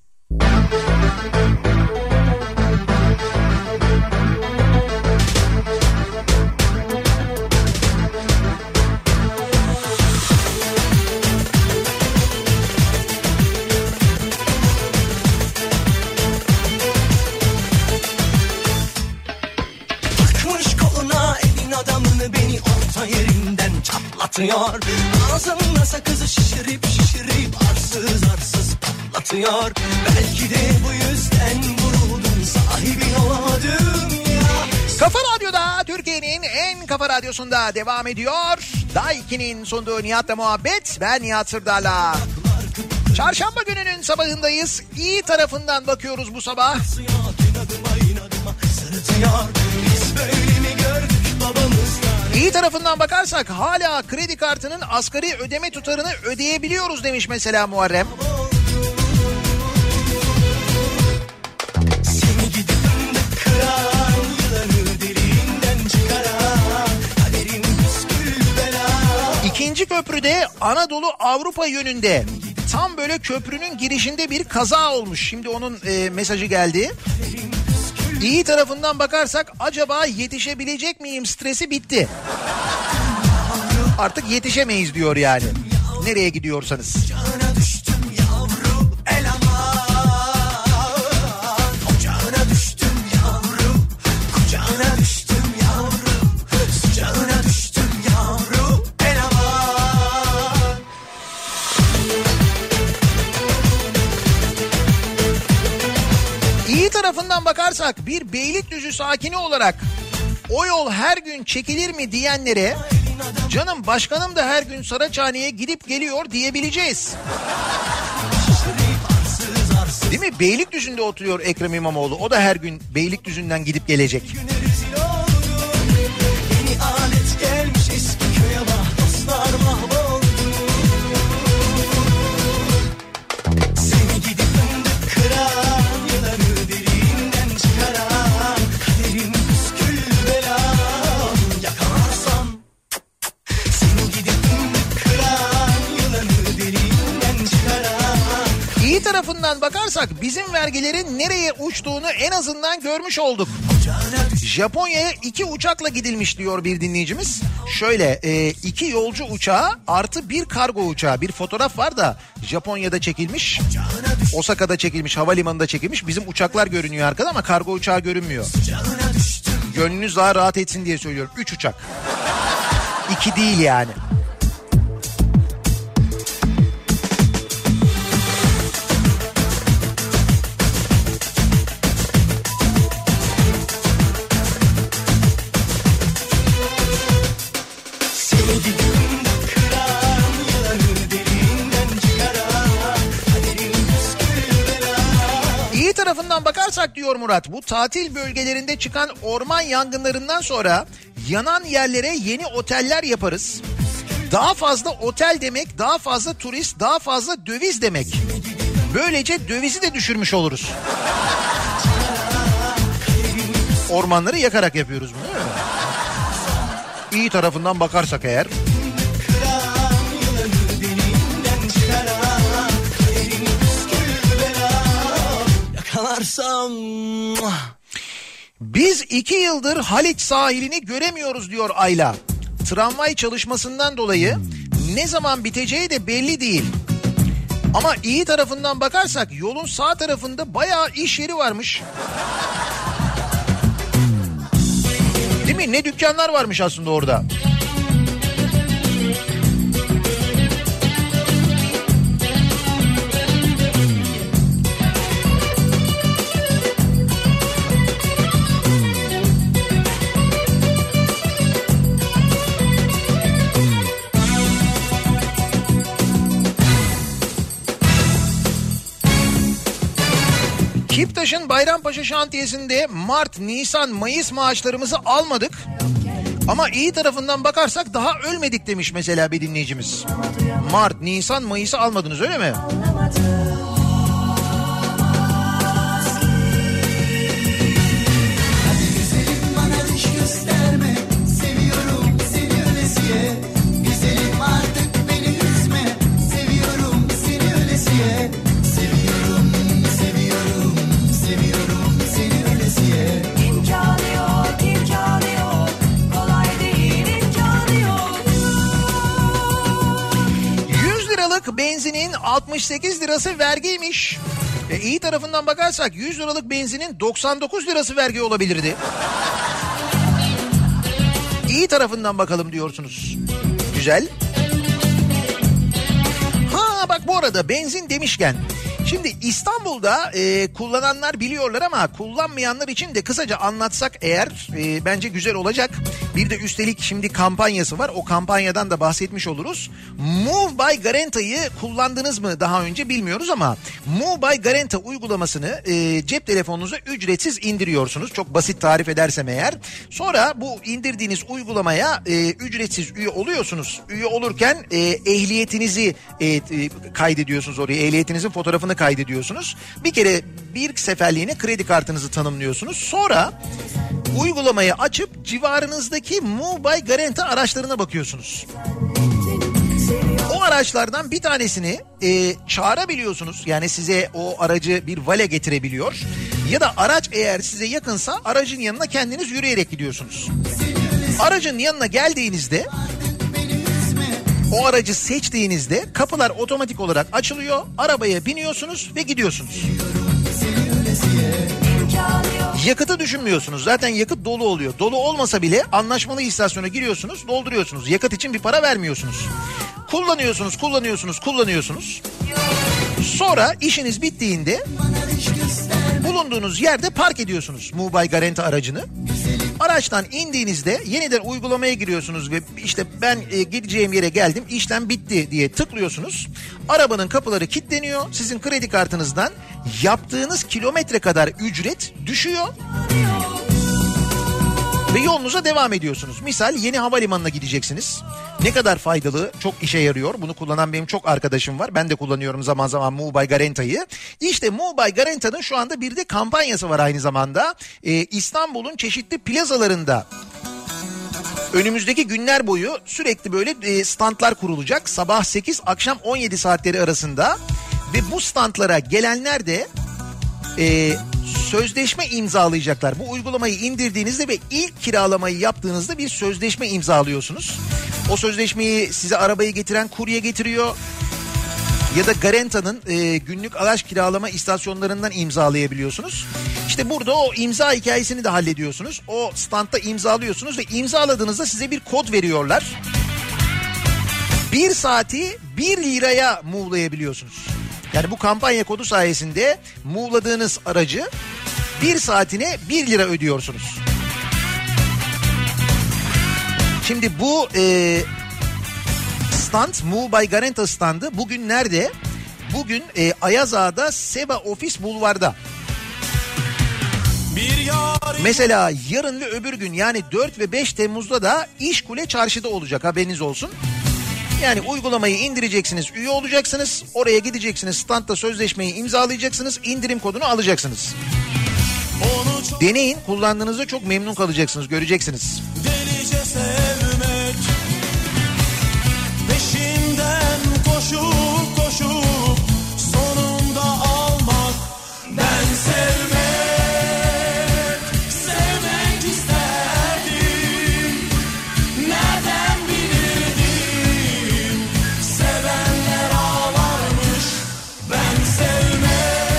B: Beni orta yerinden çatlatıyor. Ağzımda sakızı şişirip şişirip arsız arsız patlatıyor. Belki de bu yüzden vuruldum, sahibin olamadım ya.
A: Kafa Radyo'da, Türkiye'nin en kafa radyosunda devam ediyor. Daiki'nin sunduğu Nihat'la muhabbet. Ben Nihat Sırdar'la. Çarşamba gününün sabahındayız. İyi tarafından bakıyoruz bu sabah. İyi tarafından bakarsak hala kredi kartının asgari ödeme tutarını ödeyebiliyoruz demiş mesela Muharrem. İkinci köprüde Anadolu Avrupa yönünde tam böyle köprünün girişinde bir kaza olmuş. Şimdi onun e, mesajı geldi. İyi tarafından bakarsak acaba yetişebilecek miyim stresi bitti. Artık yetişemeyiz diyor yani. Nereye gidiyorsanız. İyi tarafından bakarsak bir Beylikdüzü sakini olarak o yol her gün çekilir mi diyenlere canım başkanım da her gün Saraçhane'ye gidip geliyor diyebileceğiz. Değil mi? Beylikdüzü'nde oturuyor Ekrem İmamoğlu. O da her gün Beylikdüzü'nden gidip gelecek. Yeni alet gelmiş eski köye bak dostlar mahvoldu. Seni gidip fındık kıran yılanı derinden çıkaran kaderin püskül bela yakalarsam. Seni gidip fındık kıran yılanı derinden çıkaran. İyi tarafından bakarsak bizim vergilerin nereye uçtuğunu en azından görmüş olduk. Japonya'ya iki uçakla gidilmiş diyor bir dinleyicimiz. Şöyle e, iki yolcu uçağı artı bir kargo uçağı. Bir fotoğraf var da Japonya'da çekilmiş. Osaka'da çekilmiş, havalimanında çekilmiş. Bizim uçaklar görünüyor arkada ama kargo uçağı görünmüyor. Gönlünüz daha rahat etsin diye söylüyorum. Üç uçak. İki değil yani. Tarafından bakarsak diyor Murat, bu tatil bölgelerinde çıkan orman yangınlarından sonra yanan yerlere yeni oteller yaparız. Daha fazla otel demek, daha fazla turist, daha fazla döviz demek. Böylece dövizi de düşürmüş oluruz. Ormanları yakarak yapıyoruz bunu, değil mi? İyi tarafından bakarsak eğer. Biz iki yıldır Haliç sahilini göremiyoruz diyor Ayla. Tramvay çalışmasından dolayı ne zaman biteceği de belli değil. Ama iyi tarafından bakarsak yolun sağ tarafında bayağı iş yeri varmış. Değil mi? Ne dükkanlar varmış aslında orada. Kiptaş'ın Bayrampaşa şantiyesinde Mart, Nisan, Mayıs maaşlarımızı almadık. Ama iyi tarafından bakarsak daha ölmedik demiş mesela bir dinleyicimiz. Mart, Nisan, Mayıs'ı almadınız öyle mi? Benzinin altmış sekiz lirası vergiymiş. E, iyi tarafından bakarsak yüz liralık benzinin doksan dokuz lirası vergi olabilirdi. İyi tarafından bakalım diyorsunuz. Güzel. Ha bak bu arada benzin demişken Şimdi İstanbul'da e, kullananlar biliyorlar ama kullanmayanlar için de kısaca anlatsak eğer e, bence güzel olacak. Bir de üstelik şimdi kampanyası var. O kampanyadan da bahsetmiş oluruz. Move by Garanta'yı kullandınız mı daha önce bilmiyoruz ama Move by Garanta uygulamasını e, cep telefonunuza ücretsiz indiriyorsunuz. Çok basit tarif edersem eğer. Sonra bu indirdiğiniz uygulamaya e, ücretsiz üye oluyorsunuz. Üye olurken e, ehliyetinizi e, e, kaydediyorsunuz oraya. Ehliyetinizin fotoğrafını kaydediyorsunuz. Bir kere bir seferliğine kredi kartınızı tanımlıyorsunuz. Sonra uygulamayı açıp civarınızdaki Move by Garanta araçlarına bakıyorsunuz. O araçlardan bir tanesini e, çağırabiliyorsunuz. Yani size o aracı bir vale getirebiliyor. Ya da araç eğer size yakınsa aracın yanına kendiniz yürüyerek gidiyorsunuz. Aracın yanına geldiğinizde o aracı seçtiğinizde kapılar otomatik olarak açılıyor. Arabaya biniyorsunuz ve gidiyorsunuz. Yakıtı düşünmüyorsunuz. Zaten yakıt dolu oluyor. Dolu olmasa bile anlaşmalı istasyona giriyorsunuz, dolduruyorsunuz. Yakıt için bir para vermiyorsunuz. Kullanıyorsunuz, kullanıyorsunuz, kullanıyorsunuz. Sonra işiniz bittiğinde bulunduğunuz yerde park ediyorsunuz Move by Garanta aracını. Araçtan indiğinizde yeniden uygulamaya giriyorsunuz ve işte ben e, gideceğim yere geldim, işlem bitti diye tıklıyorsunuz. Arabanın kapıları kilitleniyor. Sizin kredi kartınızdan yaptığınız kilometre kadar ücret düşüyor. Ve yolunuza devam ediyorsunuz. Misal Yeni Havalimanı'na gideceksiniz. Ne kadar faydalı, çok işe yarıyor. Bunu kullanan benim çok arkadaşım var. Ben de kullanıyorum zaman zaman Move by Garanta'yı. İşte Move by Garanta'nın şu anda bir de kampanyası var aynı zamanda. Ee, İstanbul'un çeşitli plazalarında önümüzdeki günler boyu sürekli böyle e, standlar kurulacak. Sabah sekiz, akşam on yedi saatleri arasında. Ve bu standlara gelenler de e, sözleşme imzalayacaklar. Bu uygulamayı indirdiğinizde ve ilk kiralamayı yaptığınızda bir sözleşme imzalıyorsunuz. O sözleşmeyi size arabayı getiren kurye getiriyor. Ya da Garanta'nın e, günlük araç kiralama istasyonlarından imzalayabiliyorsunuz. İşte burada o imza hikayesini de hallediyorsunuz. O standta imzalıyorsunuz ve imzaladığınızda size bir kod veriyorlar. Bir saati bir liraya move'layabiliyorsunuz. Yani bu kampanya kodu sayesinde move'ladığınız aracı bir saatine bir lira ödüyorsunuz. Şimdi bu e, stand, Move by Garanta standı bugün nerede? Bugün e, Ayaz Ağa'da Seva Ofis Bulvar'da. Mesela yarın ve öbür gün yani dört ve beş Temmuz'da da İşkule Çarşı'da olacak, haberiniz olsun. Yani uygulamayı indireceksiniz, üye olacaksınız, oraya gideceksiniz, standta sözleşmeyi imzalayacaksınız, indirim kodunu alacaksınız. Deneyin, kullandığınızda çok memnun kalacaksınız, göreceksiniz.
D: Delice sevmek, peşinden koşup koşup sonunda almak. Ben sevmek, sevmek isterdim. Nereden bilirdim, sevenler ağlarmış. Ben sevmek,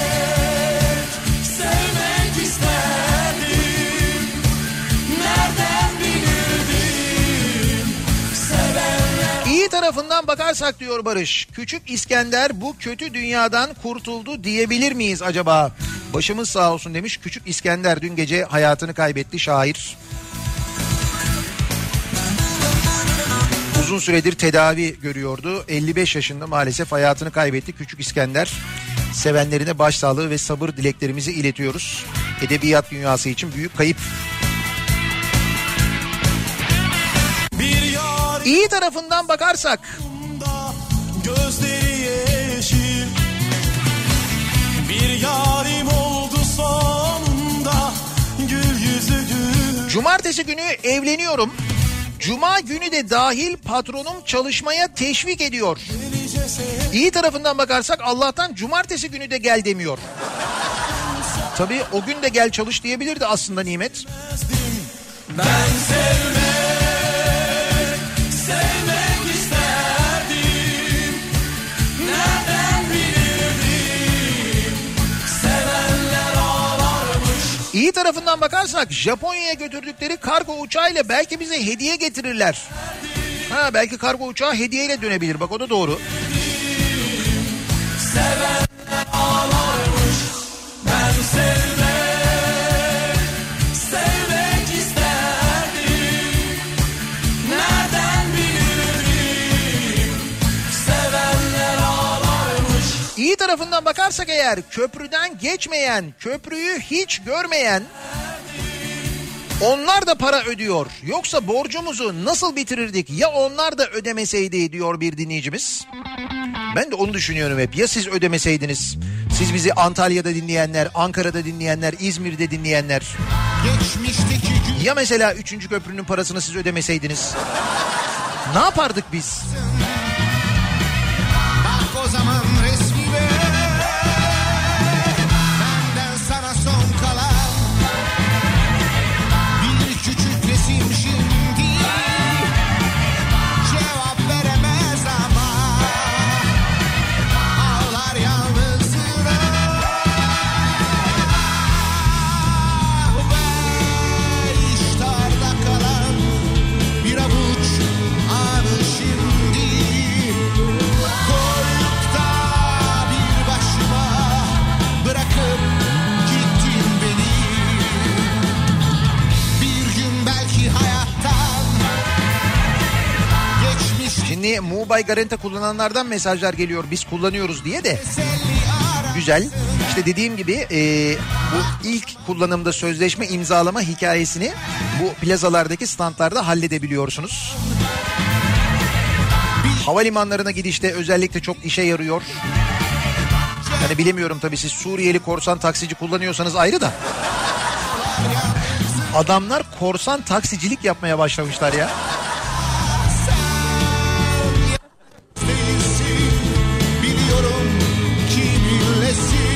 D: sevmek isterdim. Nereden bilirdim, sevenler.
A: İyi tarafından bakarsak diyor Barış, Küçük İskender bu kötü dünyadan kurtuldu diyebilir miyiz acaba? Başımız sağ olsun demiş. Küçük İskender dün gece hayatını kaybetti, şair. Uzun süredir tedavi görüyordu. elli beş yaşında maalesef hayatını kaybetti Küçük İskender. Sevenlerine başsağlığı ve sabır dileklerimizi iletiyoruz. Edebiyat dünyası için büyük kayıp. İyi tarafından bakarsak
D: Gözleri yeşil, bir yarim oldu sonunda, gül yüzü gül.
A: cumartesi günü evleniyorum. Cuma günü de dahil patronum çalışmaya teşvik ediyor. İyi tarafından bakarsak Allah'tan cumartesi günü de gel demiyor. Tabii o gün de gel çalış diyebilirdi aslında Nimet.
D: Ben sevmek, sevmek isterdim. Nereden bilirdim, sevenler ağlarmış.
A: İyi tarafından bakarsak Japonya'ya götürdükleri kargo uçağıyla belki bize hediye getirirler. Ha, belki kargo uçağı hediyeyle dönebilir, bak o da doğru.
D: Sevenler ağlarmış.
A: İyi tarafından bakarsak eğer köprüden geçmeyen, köprüyü hiç görmeyen, onlar da para ödüyor. Yoksa borcumuzu nasıl bitirirdik ya onlar da ödemeseydi diyor bir dinleyicimiz. Ben de onu düşünüyorum hep. Ya siz ödemeseydiniz? Siz bizi Antalya'da dinleyenler, Ankara'da dinleyenler, İzmir'de dinleyenler. Ya mesela üçüncü köprünün parasını siz ödemeseydiniz? Ne yapardık biz?
L: Bak o zaman resmime, benden sana son kalan bir küçük resim şimdi, cevap veremez ama ağlar yalnızlığına ve iştarda kalan bir avuç anı şimdi koyup da bir başıma bırakıp gittin beni. Bir gün belki hayattan geçmiş.
A: Şimdi Mubay Garanta kullananlardan mesajlar geliyor biz kullanıyoruz diye de. Güzel. İşte dediğim gibi e, bu ilk kullanımda sözleşme imzalama hikayesini bu plazalardaki standlarda halledebiliyorsunuz. Havalimanlarına gidişte özellikle çok işe yarıyor. Yani bilemiyorum tabii siz Suriyeli korsan taksici kullanıyorsanız ayrı da. Adamlar korsan taksicilik yapmaya başlamışlar ya.
L: Biliyorum kiminlesin.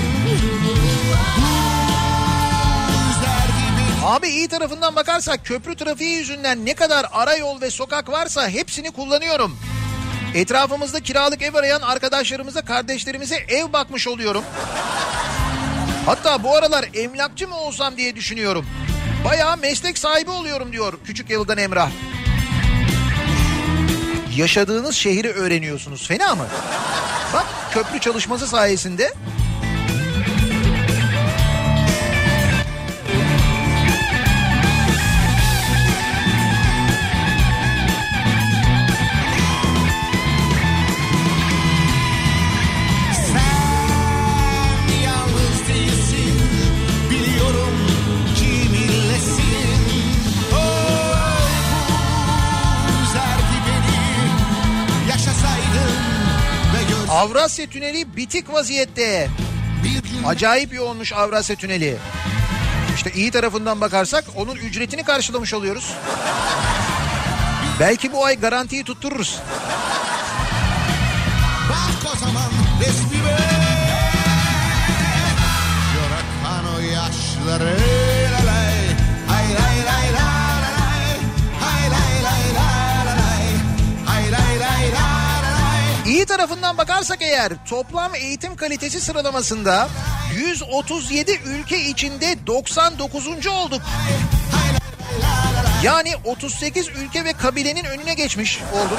A: Abi iyi tarafından bakarsak köprü trafiği yüzünden ne kadar ara yol ve sokak varsa hepsini kullanıyorum. Etrafımızda kiralık ev arayan arkadaşlarımıza, kardeşlerimize ev bakmış oluyorum. Hatta bu aralar emlakçı mı olsam diye düşünüyorum. Bayağı meslek sahibi oluyorum diyor Küçük Yalı'dan Emrah. Yaşadığınız şehri öğreniyorsunuz. Fena mı? Bak köprü çalışması sayesinde. Avrasya Tüneli bitik vaziyette. Acayip yoğunmuş Avrasya Tüneli. İşte iyi tarafından bakarsak onun ücretini karşılamış oluyoruz. Belki bu ay garantiyi tuttururuz.
L: Bak o zaman resmime, yorakan o yaşları. Hay lay lay lay, hay lay lay lay, hay lay lay lay.
A: İyi tarafından bakarsak eğer toplam eğitim kalitesi sıralamasında yüz otuz yedi ülke içinde doksan dokuzuncu olduk. Yani otuz sekiz ülke ve kabilenin önüne geçmiş olduk.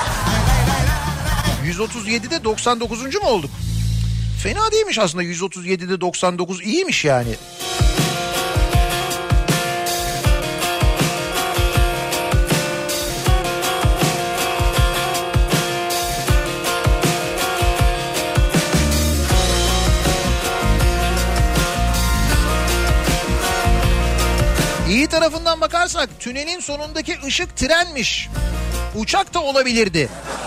A: yüz otuz yedide doksan dokuzuncu mu olduk? Fena değilmiş aslında, yüz otuz yedide doksan dokuz iyiymiş yani. İyi tarafından bakarsak tünelin sonundaki ışık trenmiş. Uçak da olabilirdi.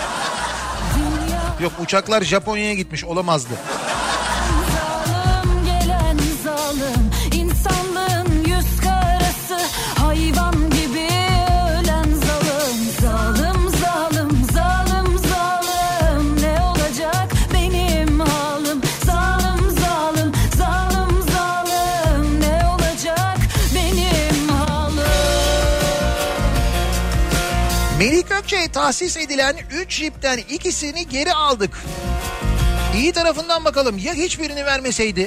A: Yok, uçaklar Japonya'ya gitmiş, olamazdı.
H: Zalim gelen zalim, insanlığın yüz karası, hayvan gibi ölen zalim. Zalim zalim zalim zalim, ne olacak benim halim? Zalim zalim zalim zalim, ne olacak benim halim?
A: Melik Gökçe'ye tahsis edilen üç jipten ikisini geri aldık. İyi tarafından bakalım, ya hiçbirini vermeseydi?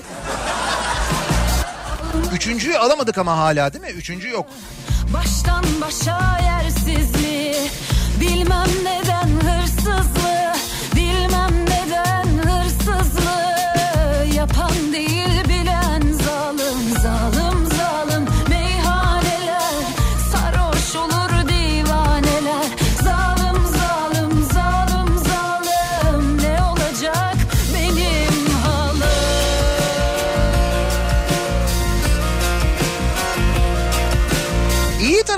A: Üçüncüyü alamadık ama hala, değil mi? Üçüncü yok.
H: Baştan başa yersizliği, bilmem neden hırsızlığı, bilmem neden hırsızlığı yapan değil bilen zalim, zalim zalim meyhaneler, sarhoş olur divaneler, zalim zalim zalim zalim, ne olacak benim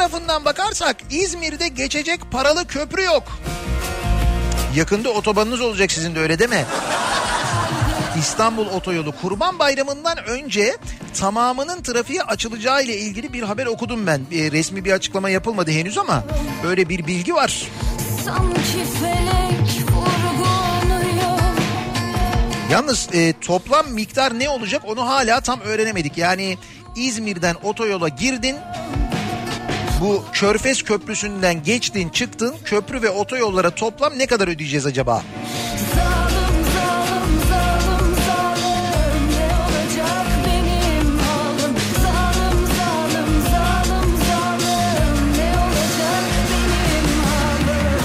A: tarafından bakarsak İzmir'de geçecek paralı köprü yok. Yakında otobanınız olacak sizin de, öyle değil mi? İstanbul Otoyolu Kurban Bayramı'ndan önce tamamının trafiğe açılacağı ile ilgili bir haber okudum ben. E, resmi bir açıklama yapılmadı henüz ama böyle bir bilgi var.
H: Sanki felek vurgunuyor.
A: Yalnız e, toplam miktar ne olacak onu hala tam öğrenemedik. Yani İzmir'den otoyola girdin, bu Körfez Köprüsü'nden geçtin çıktın, köprü ve otoyollara toplam ne kadar ödeyeceğiz acaba?
H: Zalim zalim zalim zalim ne olacak benim halim? Zalim zalim zalim zalim ne olacak benim halim?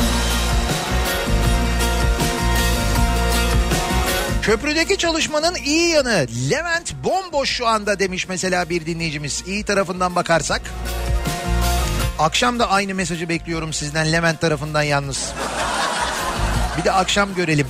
A: Köprüdeki çalışmanın iyi yanı, Levent bomboş şu anda demiş mesela bir dinleyicimiz. İyi tarafından bakarsak. Akşam da aynı mesajı bekliyorum sizden Levent tarafından yalnız. Bir de akşam görelim.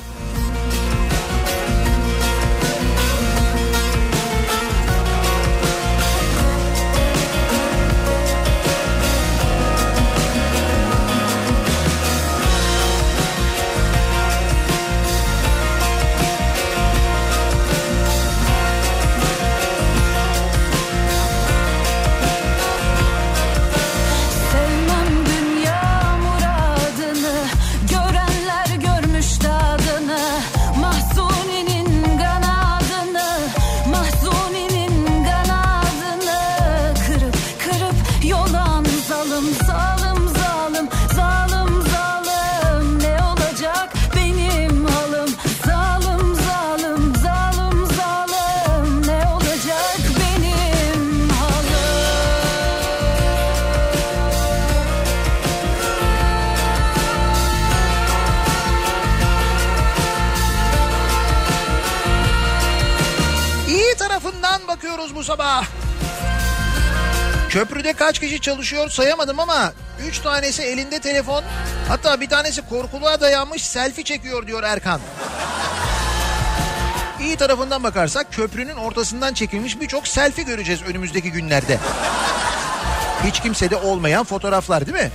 H: Sevmem dünya muradını, görenler görmüş tadını. Mahzuninin kanadını, Mahzuninin kanadını kırıp kırıp yolan zalim zalim zalim zalim zalim ne olacak benim halim? Zalim zalim zalim zalim ne olacak benim halim?
A: İyi tarafından bakıyoruz bu sabah. Köprüde kaç kişi çalışıyor sayamadım ama üç tanesi elinde telefon, hatta bir tanesi korkuluğa dayanmış selfie çekiyor diyor Erkan. İyi tarafından bakarsak köprünün ortasından çekilmiş birçok selfie göreceğiz önümüzdeki günlerde. Hiç kimsede olmayan fotoğraflar değil mi?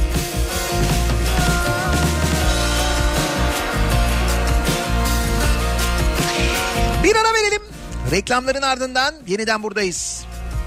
A: Bir ara verelim. Reklamların ardından yeniden buradayız.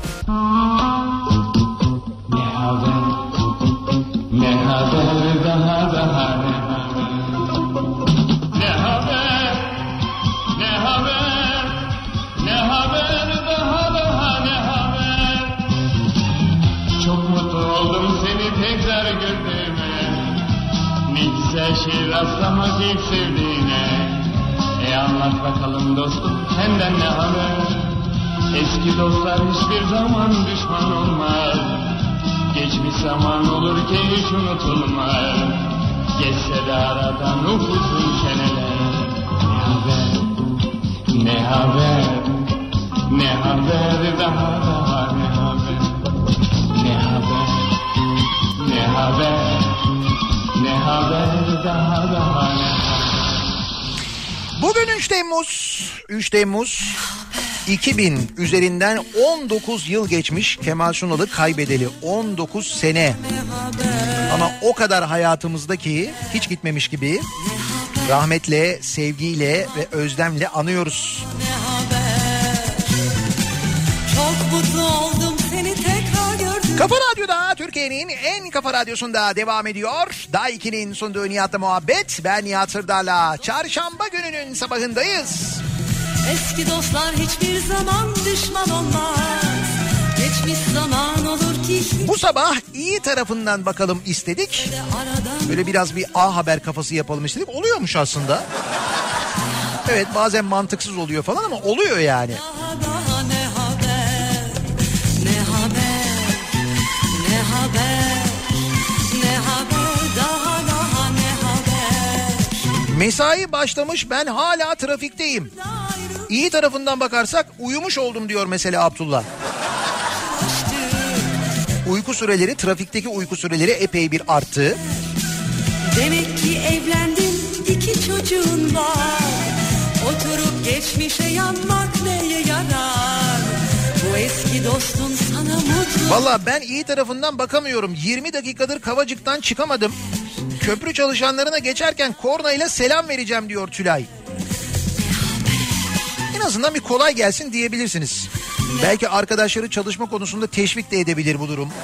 M: Ne haber, ne haber daha daha ne haber? Ne haber, ne haber, ne haber daha daha ne haber? Çok mutlu oldum seni tekrar gördüğüme. Ne güzel şey rastlamak ilk sevdiğine. E anlat bakalım dostum senden ne haber? Eski dostlar hiçbir zaman düşman olmaz. Geçmiş zaman olur ki hiç unutulmaz. Geçse de aradan upuzun seneler. Ne haber, ne haber, ne haber daha daha ne haber? Ne haber, ne haber, ne haber daha daha ne haber?
A: Bugün üç Temmuz, üç Temmuz iki bin üzerinden on dokuz yıl geçmiş Kemal Sunal'ı kaybedeli, on dokuz sene. Ama o kadar hayatımızdaki hiç gitmemiş gibi rahmetle, sevgiyle ve özlemle anıyoruz.
K: Çok mutlu oldum seni tekrar gördüm.
A: Kafa Radyo'da, Türkiye'nin en kafa radyosunda devam ediyor. Daha ikinin sunduğu Nihat'la muhabbet. Ben Nihat Sırdar'la çarşamba gününün sabahındayız.
K: Eski dostlar hiçbir zaman düşman olmaz. Geçmiş zaman olur ki.
A: Bu sabah iyi tarafından bakalım istedik. Böyle biraz bir A Haber kafası yapalım istedik. Oluyormuş aslında. Evet, bazen mantıksız oluyor falan ama oluyor yani.
K: Daha ne haber, ne haber, ne haber, ne haber, daha daha ne haber.
A: Mesai başlamış, ben hala trafikteyim. İyi tarafından bakarsak uyumuş oldum diyor mesela Abdullah. Uyku süreleri, trafikteki uyku süreleri epey bir arttı.
K: Demek ki evlendin, iki çocuğun var. Oturup geçmişe yanmak neye yarar? Bu
H: eski dostun sana mutlu.
A: Valla ben iyi tarafından bakamıyorum. yirmi dakikadır Kavacık'tan çıkamadım. Köprü çalışanlarına geçerken kornayla selam vereceğim diyor Tülay. En azından bir kolay gelsin diyebilirsiniz. Belki arkadaşları çalışma konusunda teşvik de edebilir bu durum.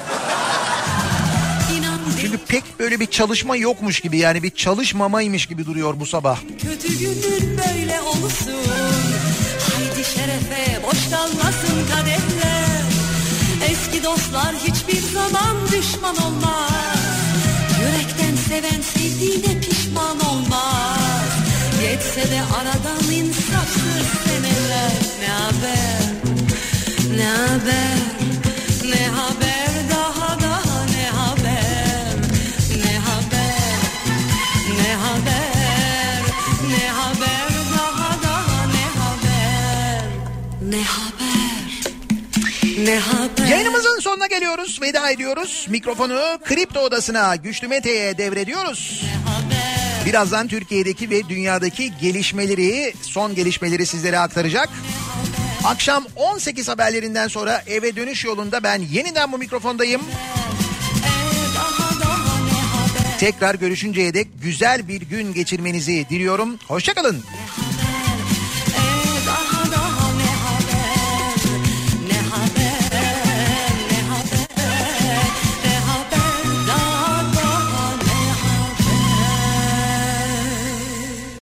A: Çünkü pek böyle bir çalışma yokmuş gibi, yani bir çalışmamaymış gibi duruyor bu sabah.
H: Kötü günün böyle olsun. Haydi şerefe boş kalmasın kadehler. Eski dostlar hiçbir zaman düşman olmaz. Yürekten seven sevdiğine pişman olmaz. Geçse de aradan insafsız seneler. Ne haber, ne haber, ne haber daha daha ne haber, ne haber, ne haber, ne haber daha daha ne haber, ne haber, ne haber.
A: Yayınımızın sonuna geliyoruz. Veda ediyoruz. Mikrofonu Kripto Odası'na Güçlü Mete'ye devrediyoruz. Birazdan Türkiye'deki ve dünyadaki gelişmeleri, son gelişmeleri sizlere aktaracak. Akşam on sekiz haberlerinden sonra eve dönüş yolunda ben yeniden bu mikrofondayım. Tekrar görüşünceye dek güzel bir gün geçirmenizi diliyorum. Hoşça kalın.